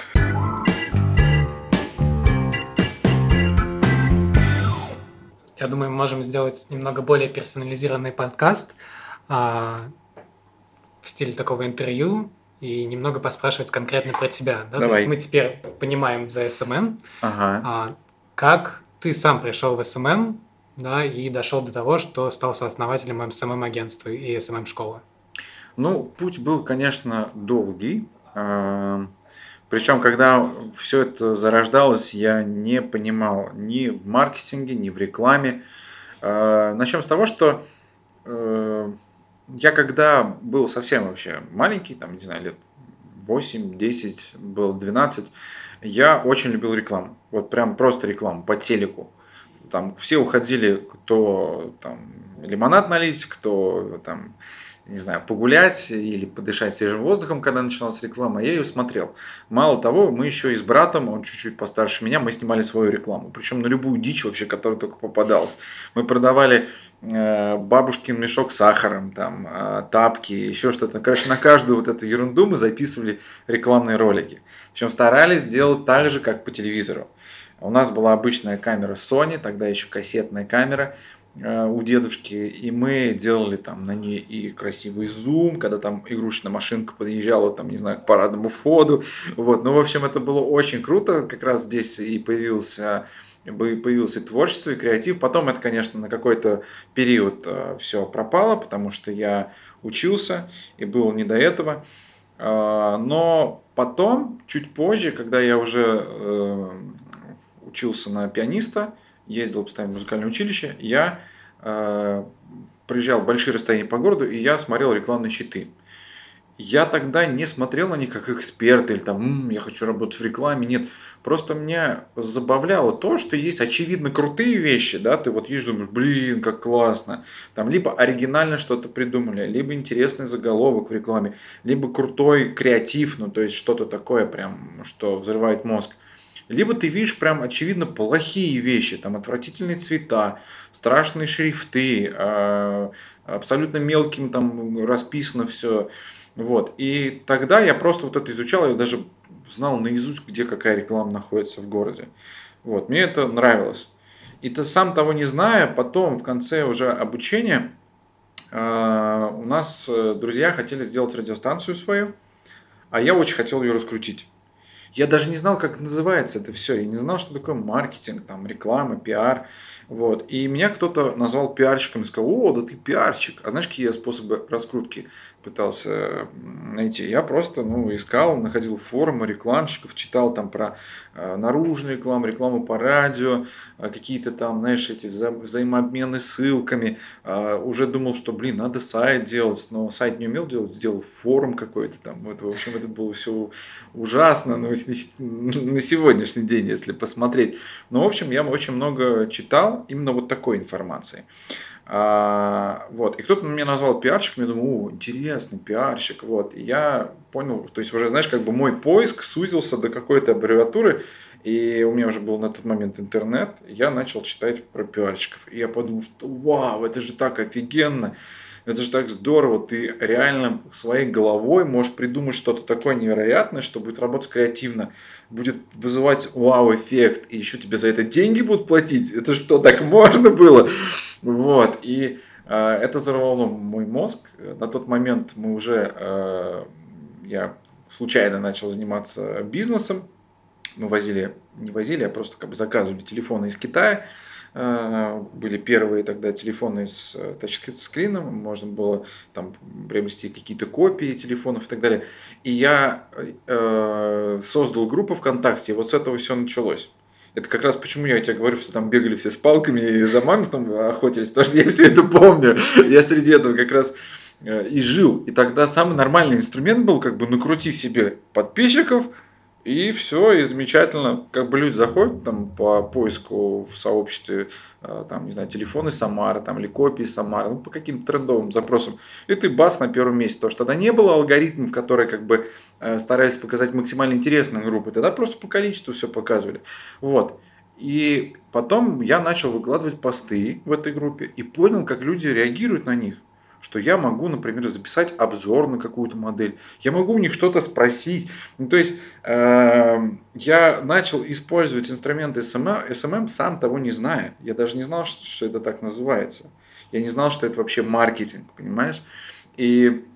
Я думаю, мы можем сделать немного более персонализированный подкаст а, в стиле такого интервью и немного поспрашивать конкретно про тебя. Да? То есть мы теперь понимаем за эс эм эм, ага. а, как ты сам пришел в эс эм эм, да, и дошел до того, что стал сооснователем эс эм эм-агентства и эс эм эм-школы. Ну, путь был, конечно, долгий. Причем, когда все это зарождалось, я не понимал ни в маркетинге, ни в рекламе. Начнем с того, что я когда был совсем вообще маленький, там, не знаю, лет восемь, десять, был двенадцать, я очень любил рекламу. Вот прям просто рекламу по телеку. Там все уходили, кто там лимонад налить, кто там, не знаю, погулять или подышать свежим воздухом, когда начиналась реклама, я ее смотрел. Мало того, мы еще и с братом, он чуть-чуть постарше меня, мы снимали свою рекламу. Причем на любую дичь вообще, которая только попадалась. Мы продавали э, бабушкин мешок с сахаром, там, э, тапки, еще что-то. Короче, на каждую вот эту ерунду мы записывали рекламные ролики. Причем старались сделать так же, как по телевизору. У нас была обычная камера Sony, тогда еще кассетная камера у дедушки, и мы делали там на ней и красивый зум, когда там игрушечная машинка подъезжала там, не знаю, к парадному входу. Вот. Ну, в общем, это было очень круто, как раз здесь и появился, появилось и творчество, и креатив. Потом это, конечно, на какой-то период все пропало, потому что я учился, и было не до этого. Но потом, чуть позже, когда я уже учился на пианиста, ездил постоянно в музыкальное училище, я э, приезжал в большие расстояния по городу, и я смотрел рекламные щиты. Я тогда не смотрел на них как эксперт, или там, м-м, я хочу работать в рекламе, нет. Просто меня забавляло то, что есть очевидно крутые вещи, да, ты вот едешь, думаешь, блин, как классно. Там либо оригинально что-то придумали, либо интересный заголовок в рекламе, либо крутой креатив, ну, то есть что-то такое прям, что взрывает мозг. Либо ты видишь прям очевидно плохие вещи, там отвратительные цвета, страшные шрифты, абсолютно мелким там расписано все. Вот. И тогда я просто вот это изучал, я даже знал наизусть, где какая реклама находится в городе. Вот. Мне это нравилось. И ты сам того не зная, потом в конце уже обучения А, у нас э, друзья хотели сделать радиостанцию свою, а я очень хотел ее раскрутить. Я даже не знал, как называется это все. Я не знал, что такое маркетинг, там, реклама, пиар. Вот. И меня кто-то назвал пиарщиком и сказал: о, да ты пиарщик. А знаешь, какие я способы раскрутки пытался найти? Я просто ну, искал, находил форумы рекламщиков, читал там про э, наружную рекламу, рекламу по радио, э, какие-то там, знаешь, эти вза- взаимообмены ссылками. Э, уже думал, что, блин, надо сайт делать, но сайт не умел делать, сделал форум какой-то там. Вот, в общем, это было все ужасно, но на сегодняшний день, если посмотреть. Но, в общем, я очень много читал именно вот такой информации. А, вот. И кто-то меня назвал пиарщиком, я думаю: о, интересный пиарщик. Вот. И я понял, то есть уже, знаешь, как бы мой поиск сузился до какой-то аббревиатуры, и у меня уже был на тот момент интернет, я начал читать про пиарщиков. И я подумал, что вау, это же так офигенно. Это же так здорово, ты реально своей головой можешь придумать что-то такое невероятное, что будет работать креативно, будет вызывать вау-эффект, и еще тебе за это деньги будут платить. Это что, так можно было? Вот, и э, это взорвало мой мозг. На тот момент мы уже, э, я случайно начал заниматься бизнесом. Мы возили, не возили, а просто как бы заказывали телефоны из Китая. Были первые тогда телефоны с тачскрином, можно было там приобрести какие-то копии телефонов и так далее. И я э, создал группу ВКонтакте, и вот с этого все началось. Это как раз почему я тебе говорю, что там бегали все с палками и за мамонтом охотились, потому что я все это помню. Я среди этого как раз и жил. И тогда самый нормальный инструмент был как бы накрути себе подписчиков, и все, и замечательно. Как бы люди заходят там по поиску в сообществе, там, не знаю, телефоны Самары, там, или копии Самары, ну, по каким-то трендовым запросам. И ты бас на первом месте. Потому что тогда не было алгоритмов, которые как бы старались показать максимально интересные группы. Тогда просто по количеству все показывали. Вот. И потом я начал выкладывать посты в этой группе и понял, как люди реагируют на них. Что я могу, например, записать обзор на какую-то модель. Я могу у них что-то спросить. Ну, то есть э, я начал использовать инструменты эс эм эм, эс эм эм, сам того не зная. Я даже не знал, что, что это так называется. Я не знал, что это вообще маркетинг, понимаешь? И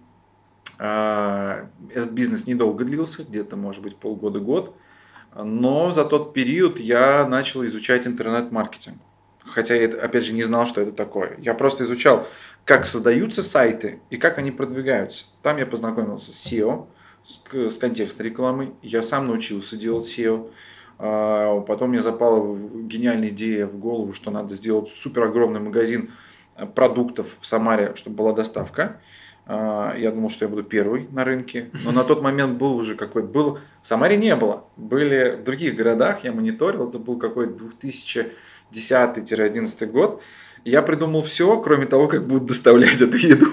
э, этот бизнес недолго длился, где-то, может быть, полгода-год. Но за тот период я начал изучать интернет-маркетинг. Хотя я, опять же, не знал, что это такое. Я просто изучал, как создаются сайты и как они продвигаются. Там я познакомился с сео, с, с контекстной рекламой. Я сам научился делать сео. Потом мне запала гениальная идея в голову, что надо сделать супер огромный магазин продуктов в Самаре, чтобы была доставка. Я думал, что я буду первый на рынке, но на тот момент был уже какой-то, был, в Самаре не было, были в других городах, я мониторил, это был какой-то две тысячи десятый - одиннадцатый год. Я придумал все, кроме того, как будут доставлять эту еду.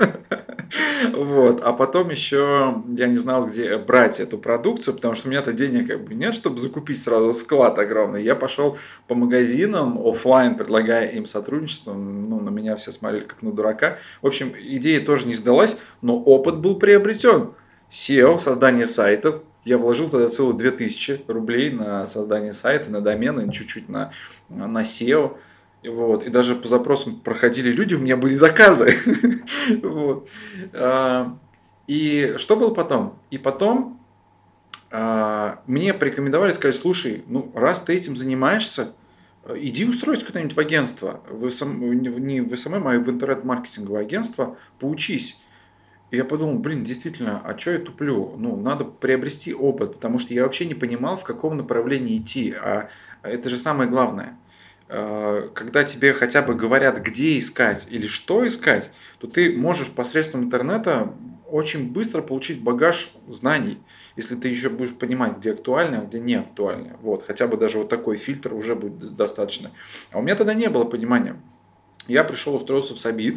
Вот. А потом еще я не знал, где брать эту продукцию, потому что у меня-то денег как бы нет, чтобы закупить сразу склад огромный. Я пошел по магазинам офлайн, предлагая им сотрудничество. Ну, на меня все смотрели как на дурака. В общем, идея тоже не сдалась, но опыт был приобретен. сео, создание сайтов. Я вложил тогда целых две тысячи рублей на создание сайта, на домены, чуть-чуть на, на сео. Вот. И даже по запросам проходили люди, у меня были заказы. Вот. И что было потом? И потом мне порекомендовали сказать: слушай, ну раз ты этим занимаешься, иди устроиться куда-нибудь в агентство, в эс эм, не в эс эм эм, а в интернет-маркетинговое агентство, поучись. И я подумал: блин, действительно, а что я туплю? Ну, надо приобрести опыт, потому что я вообще не понимал, в каком направлении идти. А это же самое главное. Когда тебе хотя бы говорят, где искать или что искать, то ты можешь посредством интернета очень быстро получить багаж знаний, если ты еще будешь понимать, где актуально, а где не актуально. Вот, хотя бы даже вот такой фильтр уже будет достаточно. А у меня тогда не было понимания. Я пришел устроился в Сабит.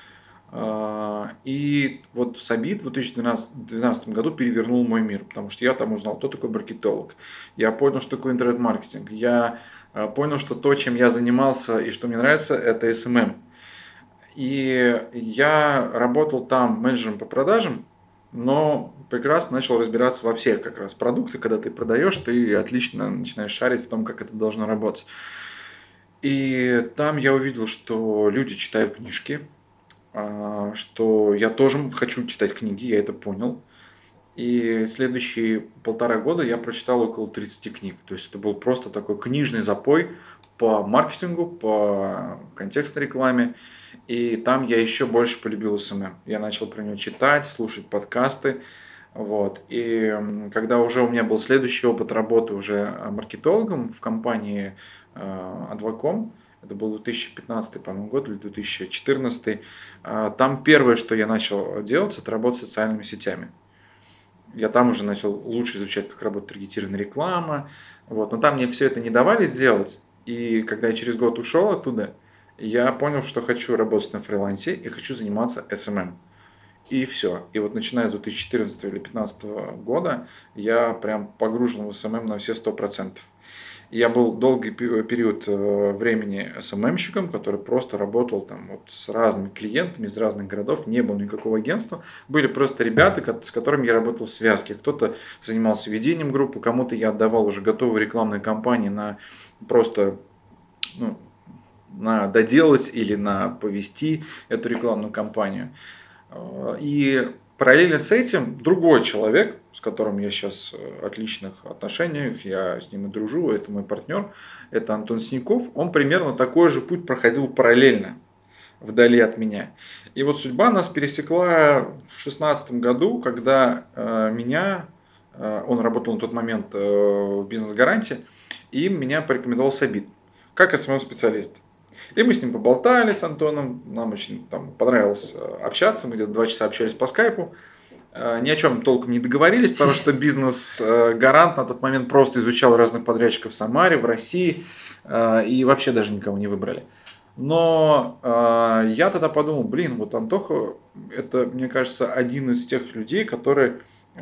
И вот Сабит в две тысячи двенадцатом году перевернул мой мир, потому что я там узнал, кто такой маркетолог. Я понял, что такое интернет-маркетинг. Я понял, что то, чем я занимался и что мне нравится, это эс эм эм. И я работал там менеджером по продажам, но прекрасно начал разбираться во всех как раз продуктах. Когда ты продаешь, ты отлично начинаешь шарить в том, как это должно работать. И там я увидел, что люди читают книжки, а, что я тоже хочу читать книги, я это понял. И следующие полтора года я прочитал около тридцати книг. То есть это был просто такой книжный запой по маркетингу, по контекстной рекламе. И там я еще больше полюбил эс эм эм. Я начал про него читать, слушать подкасты. Вот. И м, когда уже у меня был следующий опыт работы уже э, маркетологом в компании э, Advocom, это был две тысячи пятнадцатый, по-моему, год или две тысячи четырнадцатый, э, там первое, что я начал делать, это работать с социальными сетями. Я там уже начал лучше изучать, как работает таргетированная реклама. Вот. Но там мне все это не давали сделать. И когда я через год ушел оттуда, я понял, что хочу работать на фрилансе и хочу заниматься эс эм эм. И все. И вот начиная с две тысячи четырнадцатого или две тысячи пятнадцатого года я прям погружен в эс эм эм на все сто процентов. Я был долгий период времени эс эм эм-щиком, который просто работал там вот с разными клиентами из разных городов, не было никакого агентства. Были просто ребята, с которыми я работал в связке. Кто-то занимался ведением группы, кому-то я отдавал уже готовые рекламные кампании на просто ну, на доделать или на повести эту рекламную кампанию. И параллельно с этим другой человек, с которым я сейчас в отличных отношениях, я с ним и дружу, это мой партнер, это Антон Синяков, он примерно такой же путь проходил параллельно, вдали от меня. И вот судьба нас пересекла в шестнадцатом году, когда э, меня, э, он работал на тот момент э, в бизнес-гарантии, и меня порекомендовал Сабит, как эс эм эм-специалист. И мы с ним поболтали с Антоном, нам очень там понравилось общаться, мы где-то два часа общались по скайпу, ни о чем толком не договорились, потому что бизнес-гарант на тот момент просто изучал разных подрядчиков в Самаре, в России, и вообще даже никого не выбрали. Но я тогда подумал, блин, вот Антоха, это, мне кажется, один из тех людей, которые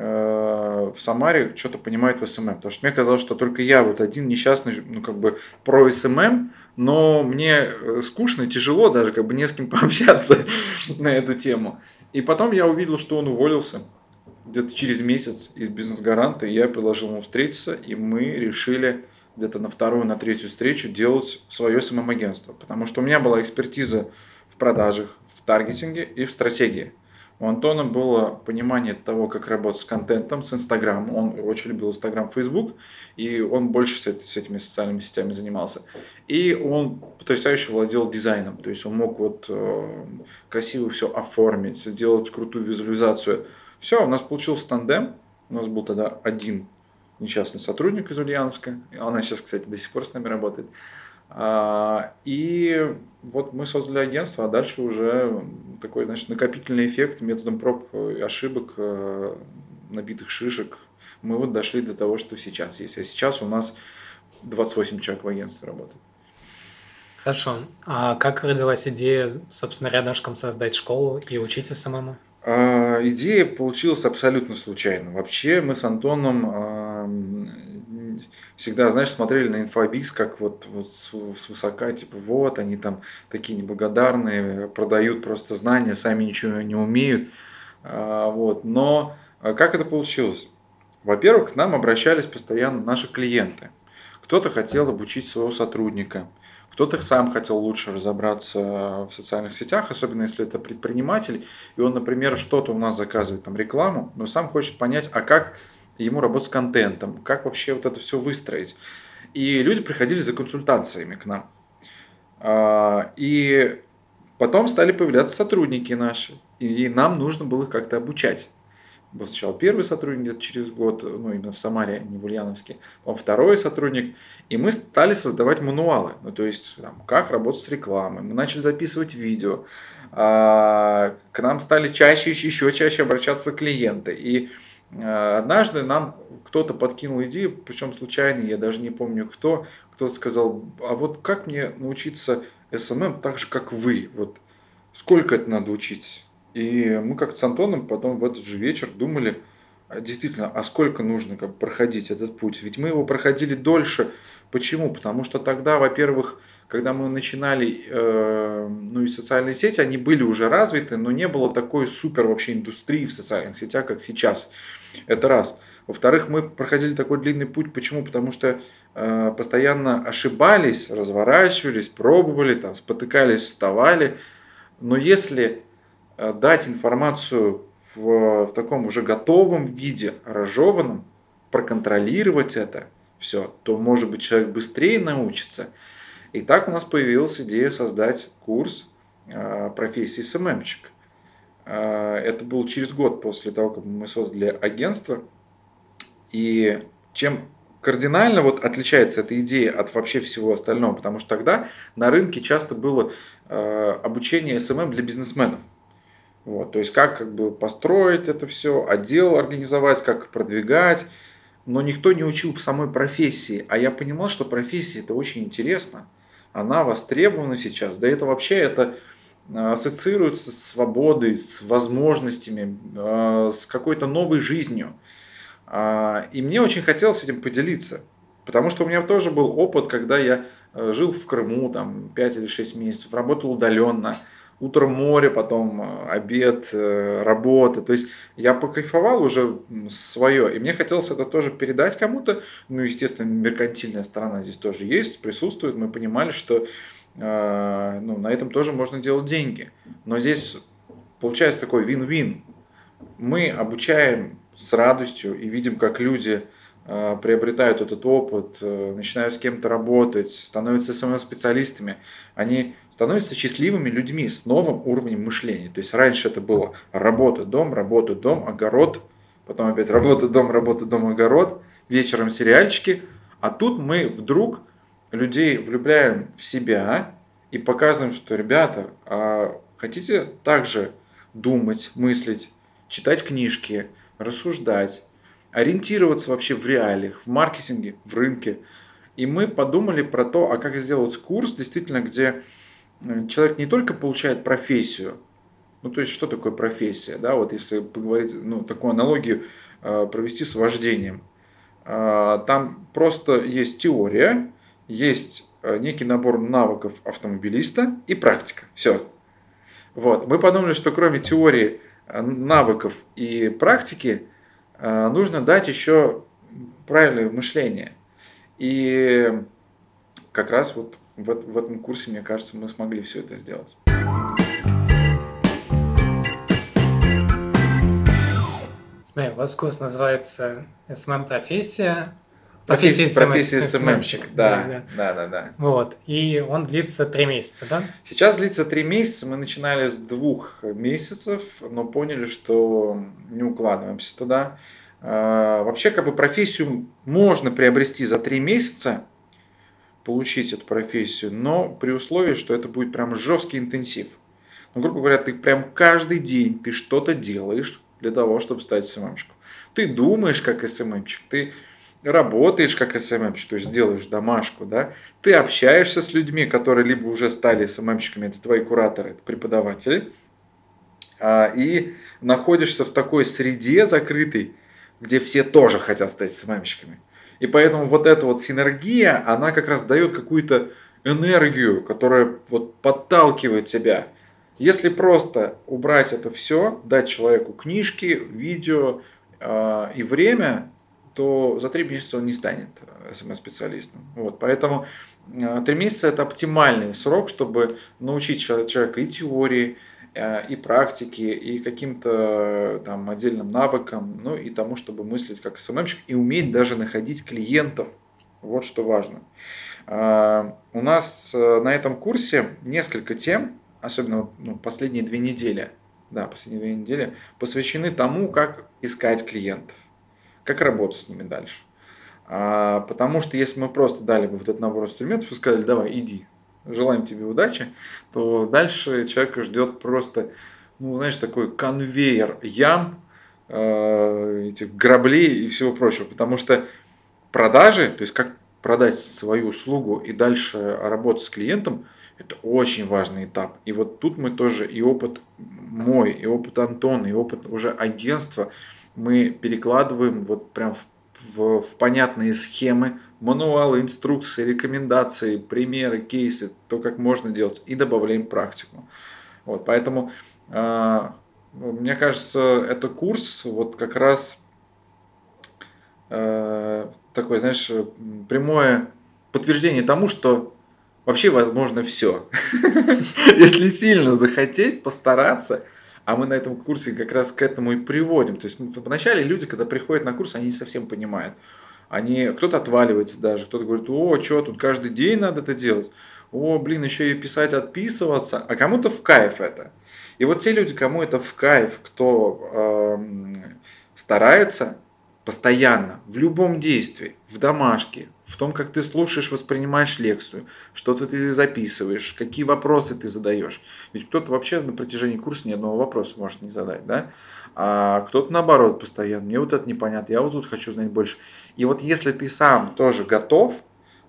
в Самаре что-то понимает в эс эм эм. Потому что мне казалось, что только я вот один несчастный, ну как бы про эс эм эм, но мне скучно и тяжело даже как бы не с кем пообщаться на эту тему. И потом я увидел, что он уволился где-то через месяц из бизнес-гаранта, и я предложил ему встретиться, и мы решили где-то на вторую, на третью встречу делать свое эс эм эм-агентство. Потому что у меня была экспертиза в продажах, в таргетинге и в стратегии. У Антона было понимание того, как работать с контентом, с Инстаграмом. Он очень любил Инстаграм, Фейсбук, и он больше с, с этими социальными сетями занимался. И он потрясающе владел дизайном. То есть он мог вот э, красиво все оформить, сделать крутую визуализацию. Все, у нас получился тандем. У нас был тогда один несчастный сотрудник из Ульяновска. Она сейчас, кстати, до сих пор с нами работает. И вот мы создали агентство, а дальше уже такой, значит, накопительный эффект методом проб и ошибок, набитых шишек. Мы вот дошли до того, что сейчас есть. А сейчас у нас двадцать восемь человек в агентстве работает. Хорошо. А как родилась идея, собственно, рядышком создать школу и учить эс эм эм? А, идея получилась абсолютно случайно. Вообще мы с Антоном а, всегда, знаешь, смотрели на инфобиз как вот, вот свысока, типа вот они там такие неблагодарные, продают просто знания, сами ничего не умеют. А, вот. Но как это получилось? Во-первых, к нам обращались постоянно наши клиенты. Кто-то хотел обучить своего сотрудника, кто-то сам хотел лучше разобраться в социальных сетях, особенно если это предприниматель, и он, например, что-то у нас заказывает, там рекламу, но сам хочет понять, а как ему работать с контентом, как вообще вот это все выстроить. И люди приходили за консультациями к нам. И потом стали появляться сотрудники наши, и нам нужно было их как-то обучать. Был сначала первый сотрудник где-то через год, ну именно в Самаре, не в Ульяновске, потом второй сотрудник, и мы стали создавать мануалы, ну то есть там, как работать с рекламой, мы начали записывать видео, а, к нам стали чаще, еще чаще обращаться клиенты, и а, однажды нам кто-то подкинул идею, причем случайно, я даже не помню кто, кто-то сказал, а вот как мне научиться эс эм эм так же, как вы, вот сколько это надо учиться? И мы как с Антоном потом в этот же вечер думали, а действительно, а сколько нужно как бы проходить этот путь? Ведь мы его проходили дольше. Почему? Потому что тогда, во-первых, когда мы начинали, э, ну и социальные сети, они были уже развиты, но не было такой супер вообще индустрии в социальных сетях, как сейчас. Это раз. Во-вторых, мы проходили такой длинный путь. Почему? Потому что э, постоянно ошибались, разворачивались, пробовали, там, спотыкались, вставали. Но если дать информацию в, в таком уже готовом виде, разжеванном, проконтролировать это все, то, может быть, человек быстрее научится. И так у нас появилась идея создать курс э, профессии эс эм эм-щик. Э, это было через год после того, как мы создали агентство. И чем кардинально вот отличается эта идея от вообще всего остального, потому что тогда на рынке часто было э, обучение эс эм эм для бизнесменов. Вот, то есть как, как бы построить это все, отдел организовать, как продвигать, но никто не учил самой профессии. А я понимал, что профессия это очень интересно, она востребована сейчас. Да это вообще это ассоциируется с свободой, с возможностями, э, с какой-то новой жизнью. И мне очень хотелось этим поделиться, потому что у меня тоже был опыт, когда я жил в Крыму там, пять или шесть месяцев, работал удаленно, утром море, потом обед, работа. То есть я покайфовал уже свое, и мне хотелось это тоже передать кому-то. Ну, естественно, меркантильная сторона здесь тоже есть, присутствует. Мы понимали, что ну, на этом тоже можно делать деньги. Но здесь получается такой вин-вин. Мы обучаем с радостью и видим, как люди э, приобретают этот опыт, э, начинают с кем-то работать, становятся эс эм эм-специалистами. Они становятся счастливыми людьми с новым уровнем мышления. То есть раньше это было работа, дом, работа, дом, огород, потом опять работа, дом, работа, дом, огород, вечером сериальчики. А тут мы вдруг людей влюбляем в себя и показываем, что, ребята, а хотите также думать, мыслить, читать книжки, рассуждать, ориентироваться вообще в реалиях, в маркетинге, в рынке. И мы подумали про то, а как сделать курс, действительно, где человек не только получает профессию, ну то есть что такое профессия, да, вот если поговорить, ну такую аналогию э, провести с вождением. Э, там просто есть теория, есть э, некий набор навыков автомобилиста и практика. Все. Вот. Мы подумали, что кроме теории, навыков и практики нужно дать еще правильное мышление. И как раз вот в, в этом курсе, мне кажется, мы смогли все это сделать. Смотри, у вас курс называется эс эм эм-профессия. Профессия, профессия эс эм эм-щик, да, да, да, да, да. Вот, и он длится три месяца, да? Сейчас длится три месяца, мы начинали с двух месяцев, но поняли, что не укладываемся туда. Вообще, как бы профессию можно приобрести за три месяца, получить эту профессию, но при условии, что это будет прям жесткий интенсив. Ну, грубо говоря, ты прям каждый день ты что-то делаешь для того, чтобы стать эс эм эм-щиком. Ты думаешь как эс эм эм-щик, ты работаешь как эс эм эм-щик, то есть делаешь домашку, да, ты общаешься с людьми, которые либо уже стали эс эм эм-щиками, это твои кураторы, это преподаватели, и находишься в такой среде закрытой, где все тоже хотят стать эс эм эм-щиками. И поэтому вот эта вот синергия, она как раз дает какую-то энергию, которая вот подталкивает тебя. Если просто убрать это все, дать человеку книжки, видео э, и время, то за три месяца он не станет эс эм эм-специалистом. Вот, поэтому э, три месяца это оптимальный срок, чтобы научить человека и теории, э, и практике, и каким-то там отдельным навыкам, ну и тому, чтобы мыслить как эс эм эм-щик и уметь даже находить клиентов. Вот что важно. Э, у нас на этом курсе несколько тем, особенно ну, последние две недели, да, последние две недели, посвящены тому, как искать клиентов, как работать с ними дальше. А, потому что если мы просто дали бы вот этот набор инструментов и сказали, давай, иди, желаем тебе удачи, то дальше человека ждет просто, ну, знаешь, такой конвейер ям, э, этих граблей и всего прочего. Потому что продажи, то есть как продать свою услугу и дальше работать с клиентом, это очень важный этап. И вот тут мы тоже и опыт мой, и опыт Антона, и опыт уже агентства мы перекладываем вот прям в, в, в понятные схемы, мануалы, инструкции, рекомендации, примеры, кейсы, то, как можно делать, и добавляем практику. Вот, поэтому, э, мне кажется, это курс вот как раз э, такое, знаешь, прямое подтверждение тому, что вообще возможно все. Если сильно захотеть, постараться, А мы на этом курсе как раз к этому и приводим. То есть ну, вначале люди, когда приходят на курс, они не совсем понимают. Они, кто-то отваливается даже, кто-то говорит, о, что, тут каждый день надо это делать. О, блин, еще и писать, отписываться. А кому-то в кайф это. И вот те люди, кому это в кайф, кто эм, старается постоянно, в любом действии, в домашке, в том, как ты слушаешь, воспринимаешь лекцию, что-то ты записываешь, какие вопросы ты задаешь. Ведь кто-то вообще на протяжении курса ни одного вопроса может не задать, да? А кто-то наоборот постоянно, мне вот это непонятно, я вот тут хочу знать больше. И вот если ты сам тоже готов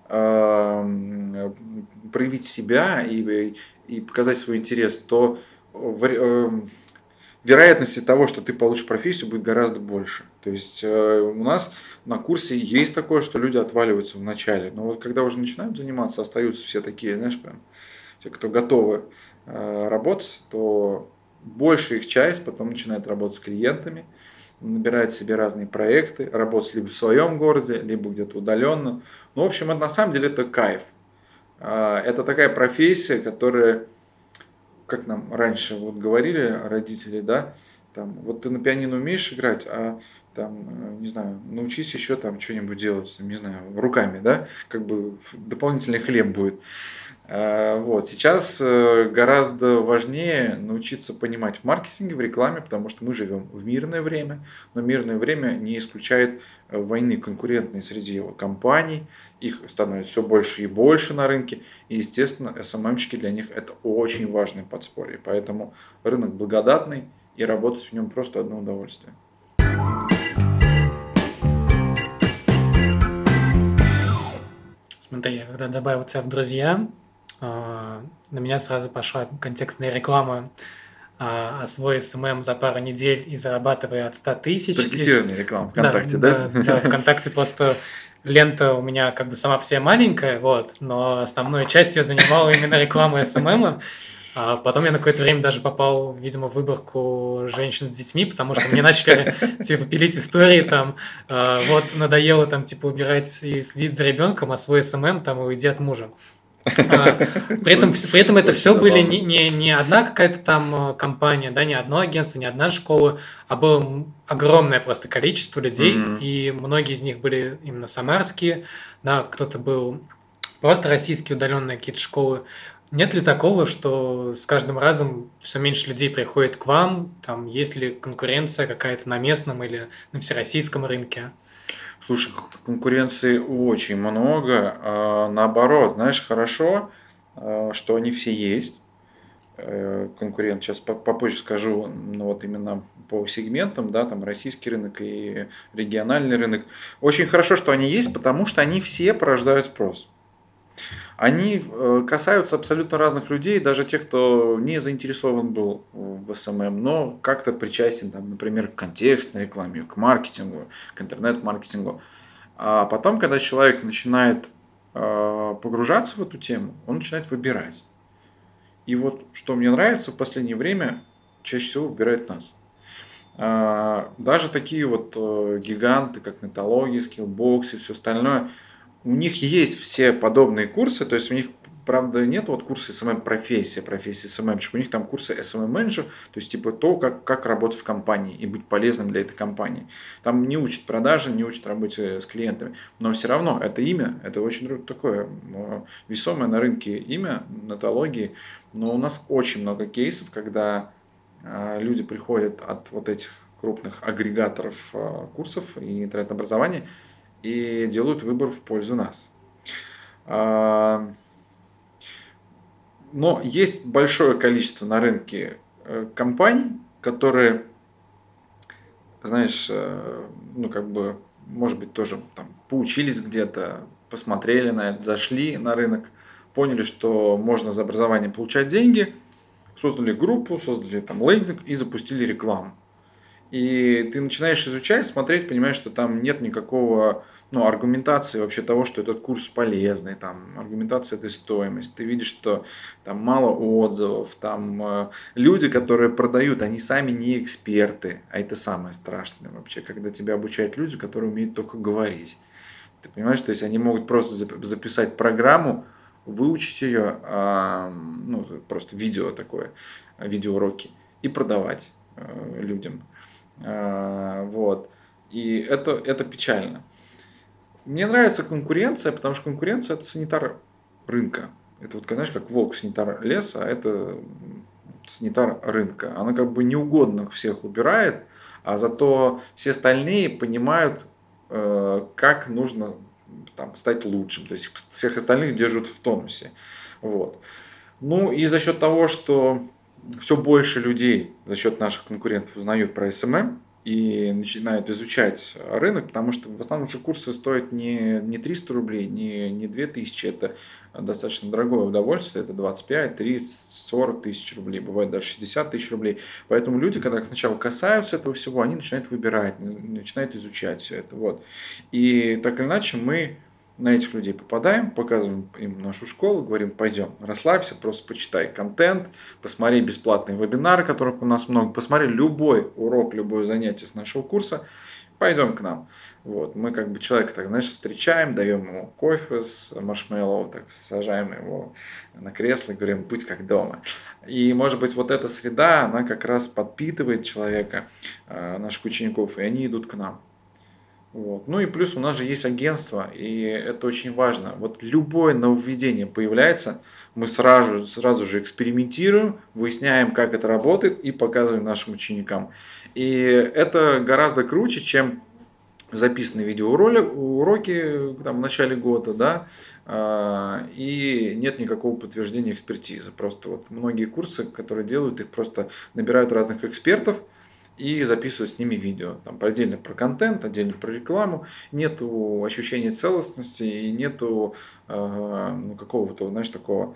э, проявить себя и, и показать свой интерес, то в, э, вероятности того, что ты получишь профессию, будет гораздо больше. То есть э, у нас на курсе есть такое, что люди отваливаются в начале, но вот когда уже начинают заниматься, остаются все такие, знаешь, прям те, кто готовы э, работать, то большая их часть потом начинает работать с клиентами, набирает себе разные проекты, работать либо в своем городе, либо где-то удаленно. Ну, в общем, это, на самом деле это кайф. Э, это такая профессия, которая, как нам раньше вот говорили родители, да, там, вот ты на пианино умеешь играть, а там, не знаю, научись еще там что-нибудь делать, не знаю, руками, да, как бы дополнительный хлеб будет. Вот. Сейчас гораздо важнее научиться понимать в маркетинге, в рекламе, потому что мы живем в мирное время, но мирное время не исключает войны конкурентной среди компаний, их становится все больше и больше на рынке, и, естественно, эс эм эм-щики для них это очень важное подспорье, поэтому рынок благодатный, и работать в нем просто одно удовольствие. Смотри, я когда добавил тебя в друзья, на меня сразу пошла контекстная реклама. Освой эс эм эм за пару недель и зарабатывай от ста тысяч. Таргетированная реклама ВКонтакте, да? Да, да, ВКонтакте просто лента у меня как бы сама по себе маленькая, вот, но основную часть я занимал именно рекламой эс эм эм. А потом я на какое-то время даже попал, видимо, в выборку женщин с детьми, потому что мне начали, типа, пилить истории, там, вот, надоело, там, типа, убирать и следить за ребенком, а свой эс эм эм, там, и уйди от мужа. При этом, при этом это все были не, не, не одна какая-то там компания, да, не одно агентство, не одна школа, а было огромное просто количество людей, mm-hmm. и многие из них были именно самарские, да, кто-то был просто российские удаленные какие-то школы. Нет ли такого, что с каждым разом все меньше людей приходит к вам, там есть ли конкуренция какая-то на местном или на всероссийском рынке? Слушай, конкуренции очень много. А, наоборот, знаешь, хорошо, что они все есть. Конкурент, сейчас попозже скажу, ну вот именно по сегментам, да, там российский рынок и региональный рынок. Очень хорошо, что они есть, потому что они все порождают спрос. Они касаются абсолютно разных людей, даже тех, кто не заинтересован был в эс эм эм, но как-то причастен, там, например, к контекстной рекламе, к маркетингу, к интернет-маркетингу. А потом, когда человек начинает погружаться в эту тему, он начинает выбирать. И вот что мне нравится в последнее время, чаще всего выбирает нас. Даже такие вот гиганты, как Нетология, Skillbox и все остальное, у них есть все подобные курсы, то есть у них, правда, нет вот курса эс эм эм-профессия, профессия эс эм эм-щик, у них там курсы эс эм эм-менеджер, то есть типа то, как, как работать в компании и быть полезным для этой компании. Там не учат продажи, не учат работе с клиентами, но все равно это имя, это очень такое весомое на рынке имя Нетологии, но у нас очень много кейсов, когда люди приходят от вот этих крупных агрегаторов курсов и интернет-образования, и делают выбор в пользу нас. Но есть большое количество на рынке компаний, которые, знаешь, ну как бы, может быть, тоже там поучились где-то, посмотрели на это, зашли на рынок, поняли, что можно за образование получать деньги, создали группу, создали там лендинг и запустили рекламу. И ты начинаешь изучать, смотреть, понимаешь, что там нет никакого, ну, аргументации вообще того, что этот курс полезный, там, аргументация этой стоимости. Ты видишь, что там мало отзывов, там э, люди, которые продают, они сами не эксперты, а это самое страшное вообще, когда тебя обучают люди, которые умеют только говорить. Ты понимаешь, то есть они могут просто записать программу, выучить ее, э, ну, просто видео такое, видеоуроки, и продавать э, людям. Э, вот. И это, это печально. Мне нравится конкуренция, потому что конкуренция – это санитар рынка. Это вот, знаешь, как волк санитар леса, а это санитар рынка. Она как бы неугодных всех убирает, а зато все остальные понимают, э, как нужно там, стать лучшим. То есть всех остальных держат в тонусе. Вот. Ну и за счет того, что все больше людей за счет наших конкурентов узнают про эс эм эм и начинают изучать рынок, потому что в основном же курсы стоят не, не триста рублей, не, не две тысячи, это достаточно дорогое удовольствие, это двадцать пять, тридцать, сорок тысяч рублей, бывает даже шестьдесят тысяч рублей. Поэтому люди, когда сначала касаются этого всего, они начинают выбирать, начинают изучать все это. Вот. И так или иначе мы на этих людей попадаем, показываем им нашу школу, говорим, пойдем, расслабься, просто почитай контент, посмотри бесплатные вебинары, которых у нас много, посмотри любой урок, любое занятие с нашего курса, пойдем к нам. Вот. Мы как бы человека, так, знаешь, встречаем, даем ему кофе с маршмеллоу, так, сажаем его на кресло и говорим, будь как дома. И, может быть, вот эта среда, она как раз подпитывает человека, наших учеников, и они идут к нам. Вот. Ну и плюс у нас же есть агентство, и это очень важно. Вот любое нововведение появляется, мы сразу, сразу же экспериментируем, выясняем, как это работает, и показываем нашим ученикам. И это гораздо круче, чем записанные видеоуроки там, в начале года, да, и нет никакого подтверждения экспертизы. Просто вот многие курсы, которые делают, их просто набирают разных экспертов, и записывать с ними видео. Там отдельно про контент, отдельно про рекламу. Нету ощущения целостности и нету э, ну, какого-то, знаешь, такого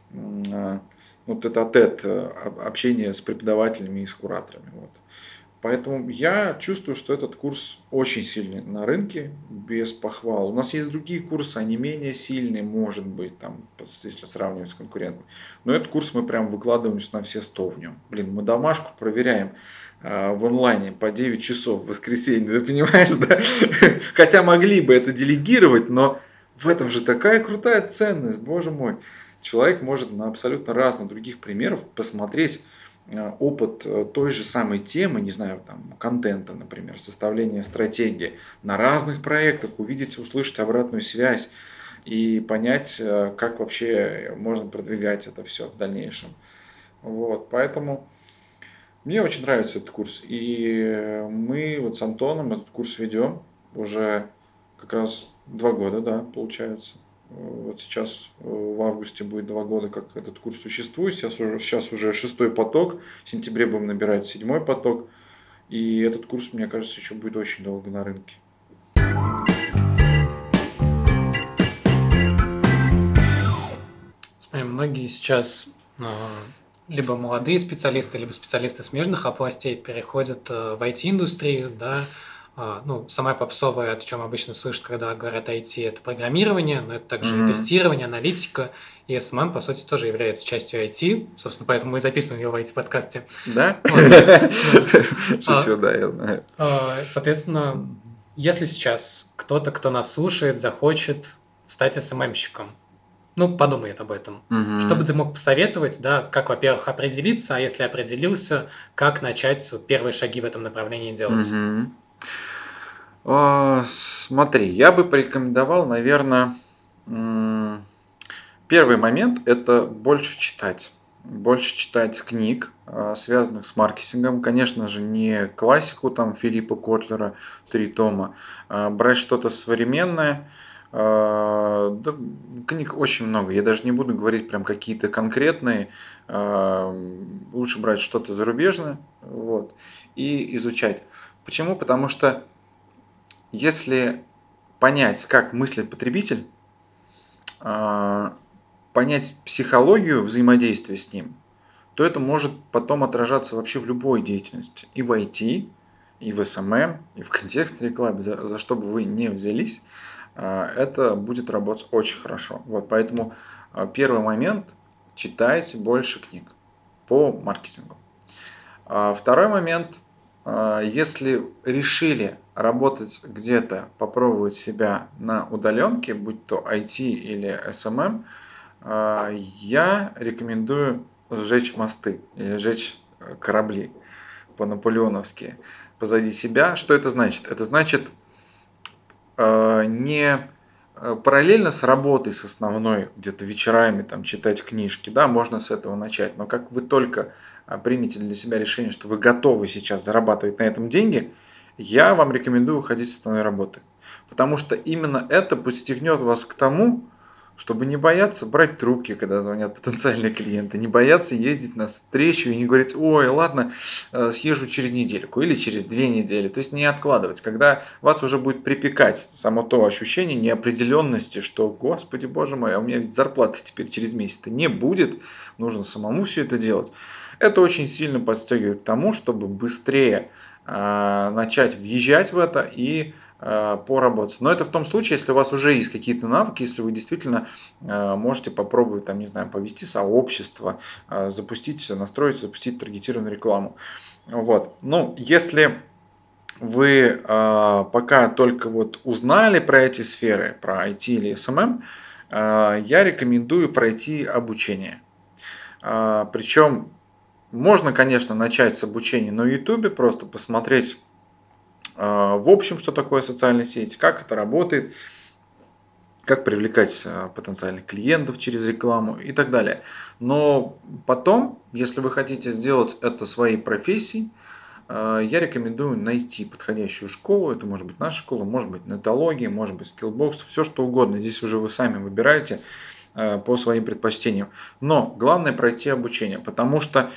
э, вот тет-а-тет общения с преподавателями и с кураторами. Вот. Поэтому я чувствую, что этот курс очень сильный на рынке, без похвал. У нас есть другие курсы, они менее сильные, может быть, там, если сравнивать с конкурентами. Но этот курс мы прям выкладываемся на все сто в нем. Блин, мы домашку проверяем в онлайне по девять часов в воскресенье, ты понимаешь, да? Хотя могли бы это делегировать, но в этом же такая крутая ценность, боже мой. Человек может на абсолютно разных других примерах посмотреть опыт той же самой темы, не знаю, там, контента, например, составления стратегии на разных проектах, увидеть, услышать обратную связь и понять, как вообще можно продвигать это все в дальнейшем. Вот, поэтому мне очень нравится этот курс, и мы вот с Антоном этот курс ведем уже как раз два года, да, получается. Вот сейчас в августе будет два года, как этот курс существует. Сейчас уже, сейчас уже шестой поток. В сентябре будем набирать седьмой поток. И этот курс, мне кажется, еще будет очень долго на рынке. Смотри, многие сейчас либо молодые специалисты, либо специалисты смежных областей переходят в ай ти-индустрию, да. Ну, самая попсовая, о чем обычно слышат, когда говорят ай ти, это программирование, но это также mm-hmm. и тестирование, аналитика. И эс эм эм, по сути, тоже является частью ай ти. Собственно, поэтому мы и записываем его в ай ти-подкасте. Да? Шучу, да, я знаю. Соответственно, если сейчас кто-то, кто нас слушает, захочет стать эс эм эм-щиком, ну, подумает об этом. Mm-hmm. Что бы ты мог посоветовать, да, как, во-первых, определиться, а если определился, как начать первые шаги в этом направлении делать? Mm-hmm. Смотри, я бы порекомендовал, наверное, первый момент – это больше читать. Больше читать книг, связанных с маркетингом. Конечно же, не классику там Филиппа Котлера, три тома. Брать что-то современное. Да, книг очень много. Я даже не буду говорить прям какие-то конкретные. Лучше брать что-то зарубежное, вот, и изучать. Почему? Потому что если понять, как мыслит потребитель, понять психологию взаимодействия с ним, то это может потом отражаться вообще в любой деятельности. И в ай ти, и в эс эм эм, и в контекстной рекламе, за, за что бы вы не взялись, это будет работать очень хорошо. Вот, поэтому первый момент – читайте больше книг по маркетингу. Второй момент – если решили работать где-то, попробовать себя на удаленке, будь то ай ти или эс эм эм, я рекомендую сжечь мосты или сжечь корабли по-наполеоновски позади себя. Что это значит? Это значит не параллельно с работой, с основной, где-то вечерами там, читать книжки, да, можно с этого начать. Но как вы только примете для себя решение, что вы готовы сейчас зарабатывать на этом деньги, я вам рекомендую уходить с основной работы. Потому что именно это подстегнет вас к тому, чтобы не бояться брать трубки, когда звонят потенциальные клиенты, не бояться ездить на встречу и не говорить: ой, ладно, съезжу через недельку или через две недели. То есть не откладывать, когда вас уже будет припекать само то ощущение неопределенности, что, господи, боже мой, а у меня ведь зарплаты теперь через месяц-то не будет, нужно самому все это делать. Это очень сильно подстегивает к тому, чтобы быстрее э, начать въезжать в это и поработать. Но это в том случае, если у вас уже есть какие-то навыки, если вы действительно можете попробовать, там, не знаю, повести сообщество, запустить, настроить, запустить таргетированную рекламу. Вот. Ну, если вы пока только вот узнали про эти сферы, про ай ти или эс эм эм, я рекомендую пройти обучение. Причем можно, конечно, начать с обучения на YouTube, просто посмотреть в общем, что такое социальные сети, как это работает, как привлекать потенциальных клиентов через рекламу и так далее. Но потом, если вы хотите сделать это своей профессией, я рекомендую найти подходящую школу. Это может быть наша школа, может быть нетология, может быть скиллбокс, все что угодно. Здесь уже вы сами выбираете по своим предпочтениям. Но главное пройти обучение, потому что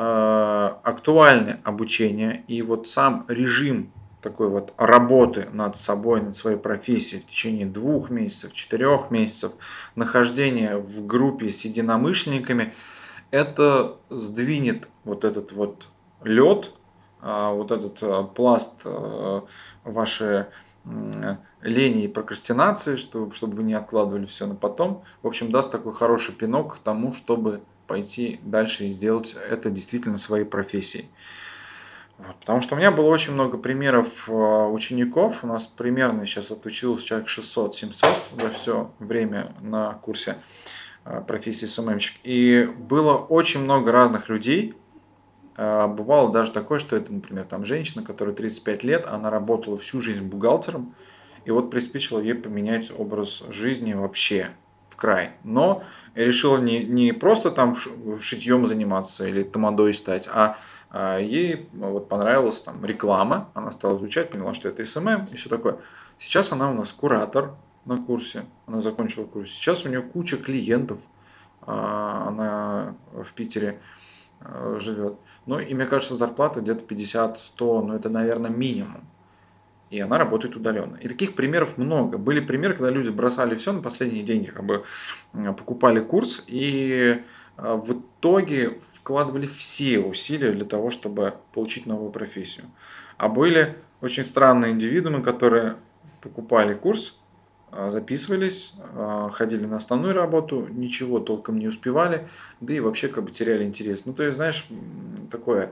актуальное обучение и вот сам режим такой вот работы над собой, над своей профессией в течение двух месяцев, четырех месяцев, нахождения в группе с единомышленниками, это сдвинет вот этот вот лед, вот этот пласт вашей лени и прокрастинации, чтобы, чтобы вы не откладывали все на потом. В общем, даст такой хороший пинок к тому, чтобы пойти дальше и сделать это действительно своей профессией. Потому что у меня было очень много примеров учеников. У нас примерно сейчас отучилось человек шестьсот-семьсот за все время на курсе профессии эс эм эм-щик. И было очень много разных людей. Бывало даже такое, что это, например, там женщина, которая тридцать пять лет, она работала всю жизнь бухгалтером. И вот приспичило ей поменять образ жизни вообще в край. Но решила не, не просто там шитьем заниматься или тамадой стать, а ей вот понравилась там реклама, она стала изучать, поняла, что это эс эм эм и все такое. Сейчас она у нас куратор на курсе, она закончила курс. Сейчас у нее куча клиентов, она в Питере живет. Ну и мне кажется, зарплата где-то пятьдесят-сто, ну это, наверное, минимум. И она работает удаленно. И таких примеров много. Были примеры, когда люди бросали все на последние деньги, как бы покупали курс и в итоге вкладывали все усилия для того, чтобы получить новую профессию. А были очень странные индивидуумы, которые покупали курс, записывались, ходили на основную работу, ничего толком не успевали, да и вообще как бы теряли интерес. Ну, то есть, знаешь, такое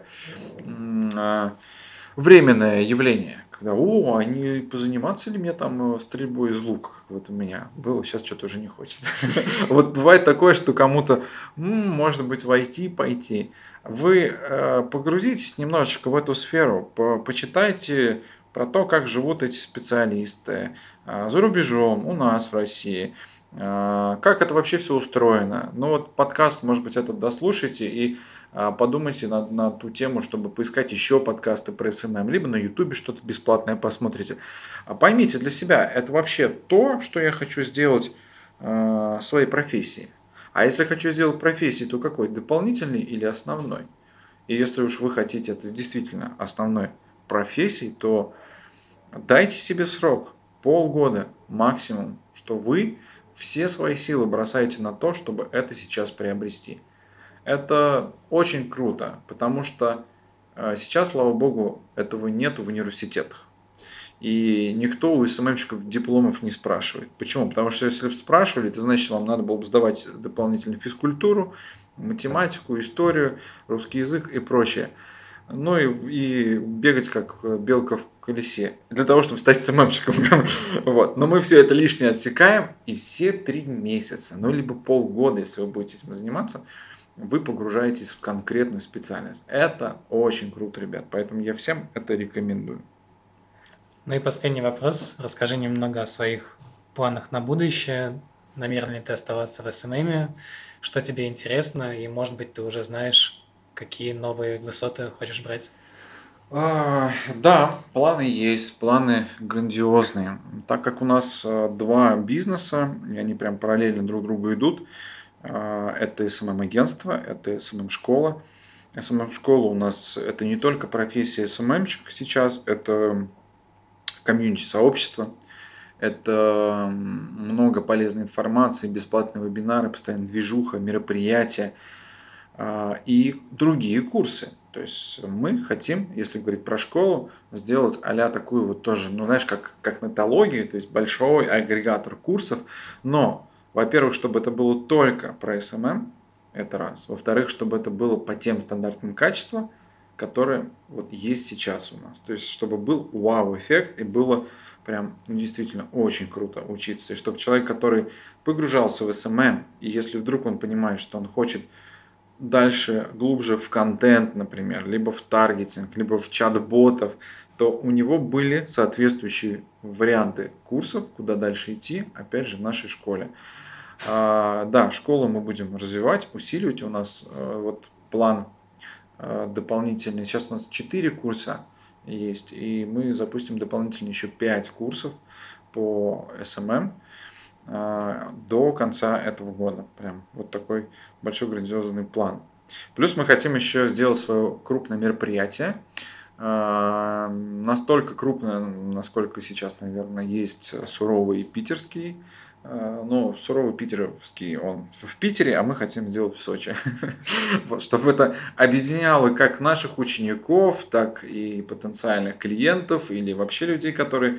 временное явление, когда, о, а не позаниматься ли мне там стрельбой из лука, как вот у меня было, сейчас что-то уже не хочется. Вот бывает такое, что кому-то, может быть, войти, пойти. Вы погрузитесь немножечко в эту сферу, почитайте про то, как живут эти специалисты за рубежом, у нас в России, как это вообще все устроено. Ну вот подкаст, может быть, этот дослушайте и подумайте на, на ту тему, чтобы поискать еще подкасты про эс эм эм, либо на YouTube что-то бесплатное посмотрите. Поймите для себя, это вообще то, что я хочу сделать в своей профессии. А если хочу сделать профессию, то какой? Дополнительный или основной? И если уж вы хотите это действительно основной профессией, то дайте себе срок, полгода максимум, что вы все свои силы бросаете на то, чтобы это сейчас приобрести. Это очень круто, потому что сейчас, слава богу, этого нету в университетах. И никто у эс эм эм-щиков дипломов не спрашивает. Почему? Потому что если бы спрашивали, то значит вам надо было бы сдавать дополнительную физкультуру, математику, историю, русский язык и прочее. Ну и, и бегать как белка в колесе, для того, чтобы стать эс эм эм-щиком. Вот. Но мы все это лишнее отсекаем, и все три месяца, ну либо полгода, если вы будете этим заниматься, вы погружаетесь в конкретную специальность. Это очень круто, ребят. Поэтому я всем это рекомендую. Ну и последний вопрос. Расскажи немного о своих планах на будущее. Намерен ли ты оставаться в эс эм эм? Что тебе интересно? И, может быть, ты уже знаешь, какие новые высоты хочешь брать? А, да, планы есть, планы грандиозные. Так как у нас а, два бизнеса, и они прям параллельно друг другу идут, а, это эс эм эм-агентство, это эс эм эм-школа. эс эм эм-школа у нас это не только профессия эс эм эм-чик сейчас, это комьюнити-сообщество, это много полезной информации, бесплатные вебинары, постоянно движуха, мероприятия а, и другие курсы. То есть мы хотим, если говорить про школу, сделать а-ля такую вот тоже, ну знаешь, как, как нетологию, то есть большой агрегатор курсов, но, во-первых, чтобы это было только про эс эм эм, это раз. Во-вторых, чтобы это было по тем стандартам качества, которые вот есть сейчас у нас. То есть, чтобы был вау-эффект и было прям ну, действительно очень круто учиться. И чтобы человек, который погружался в эс эм эм, и если вдруг он понимает, что он хочет дальше, глубже в контент, например, либо в таргетинг, либо в чат-ботов, то у него были соответствующие варианты курсов, куда дальше идти, опять же, в нашей школе. А, да, школу мы будем развивать, усиливать. У нас а, вот план а, дополнительный. Сейчас у нас четыре курса есть, и мы запустим дополнительно еще пять курсов по эс эм эм до конца этого года. Прям вот такой большой грандиозный план. Плюс мы хотим еще сделать свое крупное мероприятие. Настолько крупное, насколько сейчас, наверное, есть суровый питерский. Но суровый питерский он в Питере, а мы хотим сделать в Сочи. Вот, чтобы это объединяло как наших учеников, так и потенциальных клиентов или вообще людей, которые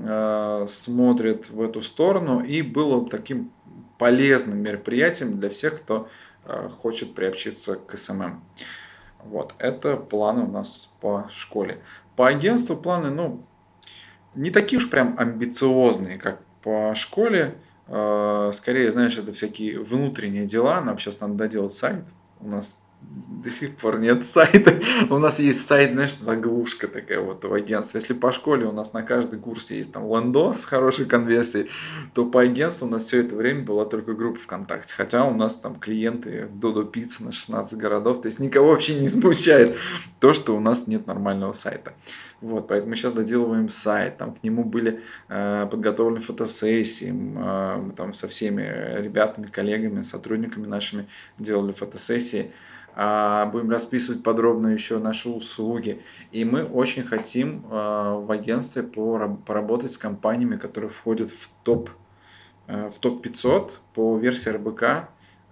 смотрят в эту сторону, и было таким полезным мероприятием для всех, кто хочет приобщиться к эс эм эм. Вот, это планы у нас по школе. По агентству планы, ну, не такие уж прям амбициозные, как по школе. Скорее, знаешь, это всякие внутренние дела. Нам сейчас надо доделать сайт. У нас до сих пор нет сайта. У нас есть сайт, знаешь, заглушка такая вот в агентстве. Если по школе у нас на каждый курс есть там лендо с хорошей конверсией, то по агентству у нас все это время была только группа ВКонтакте. Хотя у нас там клиенты Додо Пицца на шестнадцать городов. То есть никого вообще не смущает то, что у нас нет нормального сайта. Вот, поэтому мы сейчас доделываем сайт, там к нему были э, подготовлены фотосессии, э, мы там со всеми ребятами, коллегами, сотрудниками нашими делали фотосессии. А, будем расписывать подробно еще наши услуги. И мы очень хотим а, в агентстве поработать с компаниями, которые входят в топ, в топ пятьсот по версии эр бэ ка.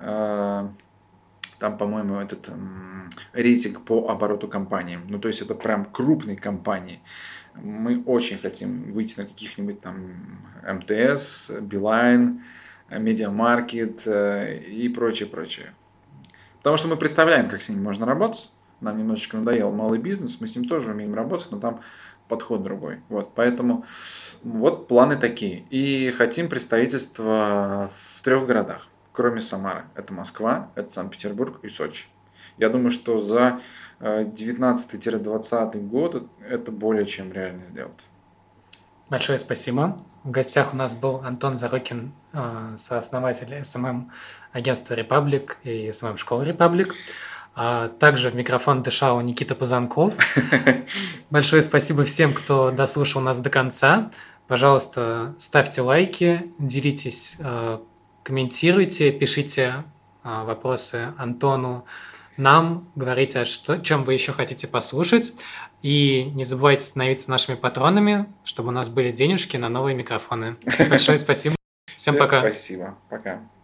Там, по-моему, этот рейтинг по обороту компаниям. Ну, то есть это прям крупные компании. Мы очень хотим выйти на каких-нибудь там эм тэ эс, Билайн, Медиамаркет и прочее, прочее. Потому что мы представляем, как с ним можно работать. Нам немножечко надоел малый бизнес, мы с ним тоже умеем работать, но там подход другой. Вот, поэтому вот планы такие. И хотим представительство в трех городах, кроме Самары. Это Москва, это Санкт-Петербург и Сочи. Я думаю, что за девятнадцатый-двадцатый год это более чем реально сделать. Большое спасибо. В гостях у нас был Антон Зарокин, сооснователь эс эм эм-агентства «Репаблик» и эс эм эм-школы «Репаблик». Также в микрофон дышал Никита Пузанков. Большое спасибо всем, кто дослушал нас до конца. Пожалуйста, ставьте лайки, делитесь, комментируйте, пишите вопросы Антону, нам, говорите, что, чем вы еще хотите послушать. И не забывайте становиться нашими патронами, чтобы у нас были денежки на новые микрофоны. Большое спасибо. Всем пока. Спасибо. Пока.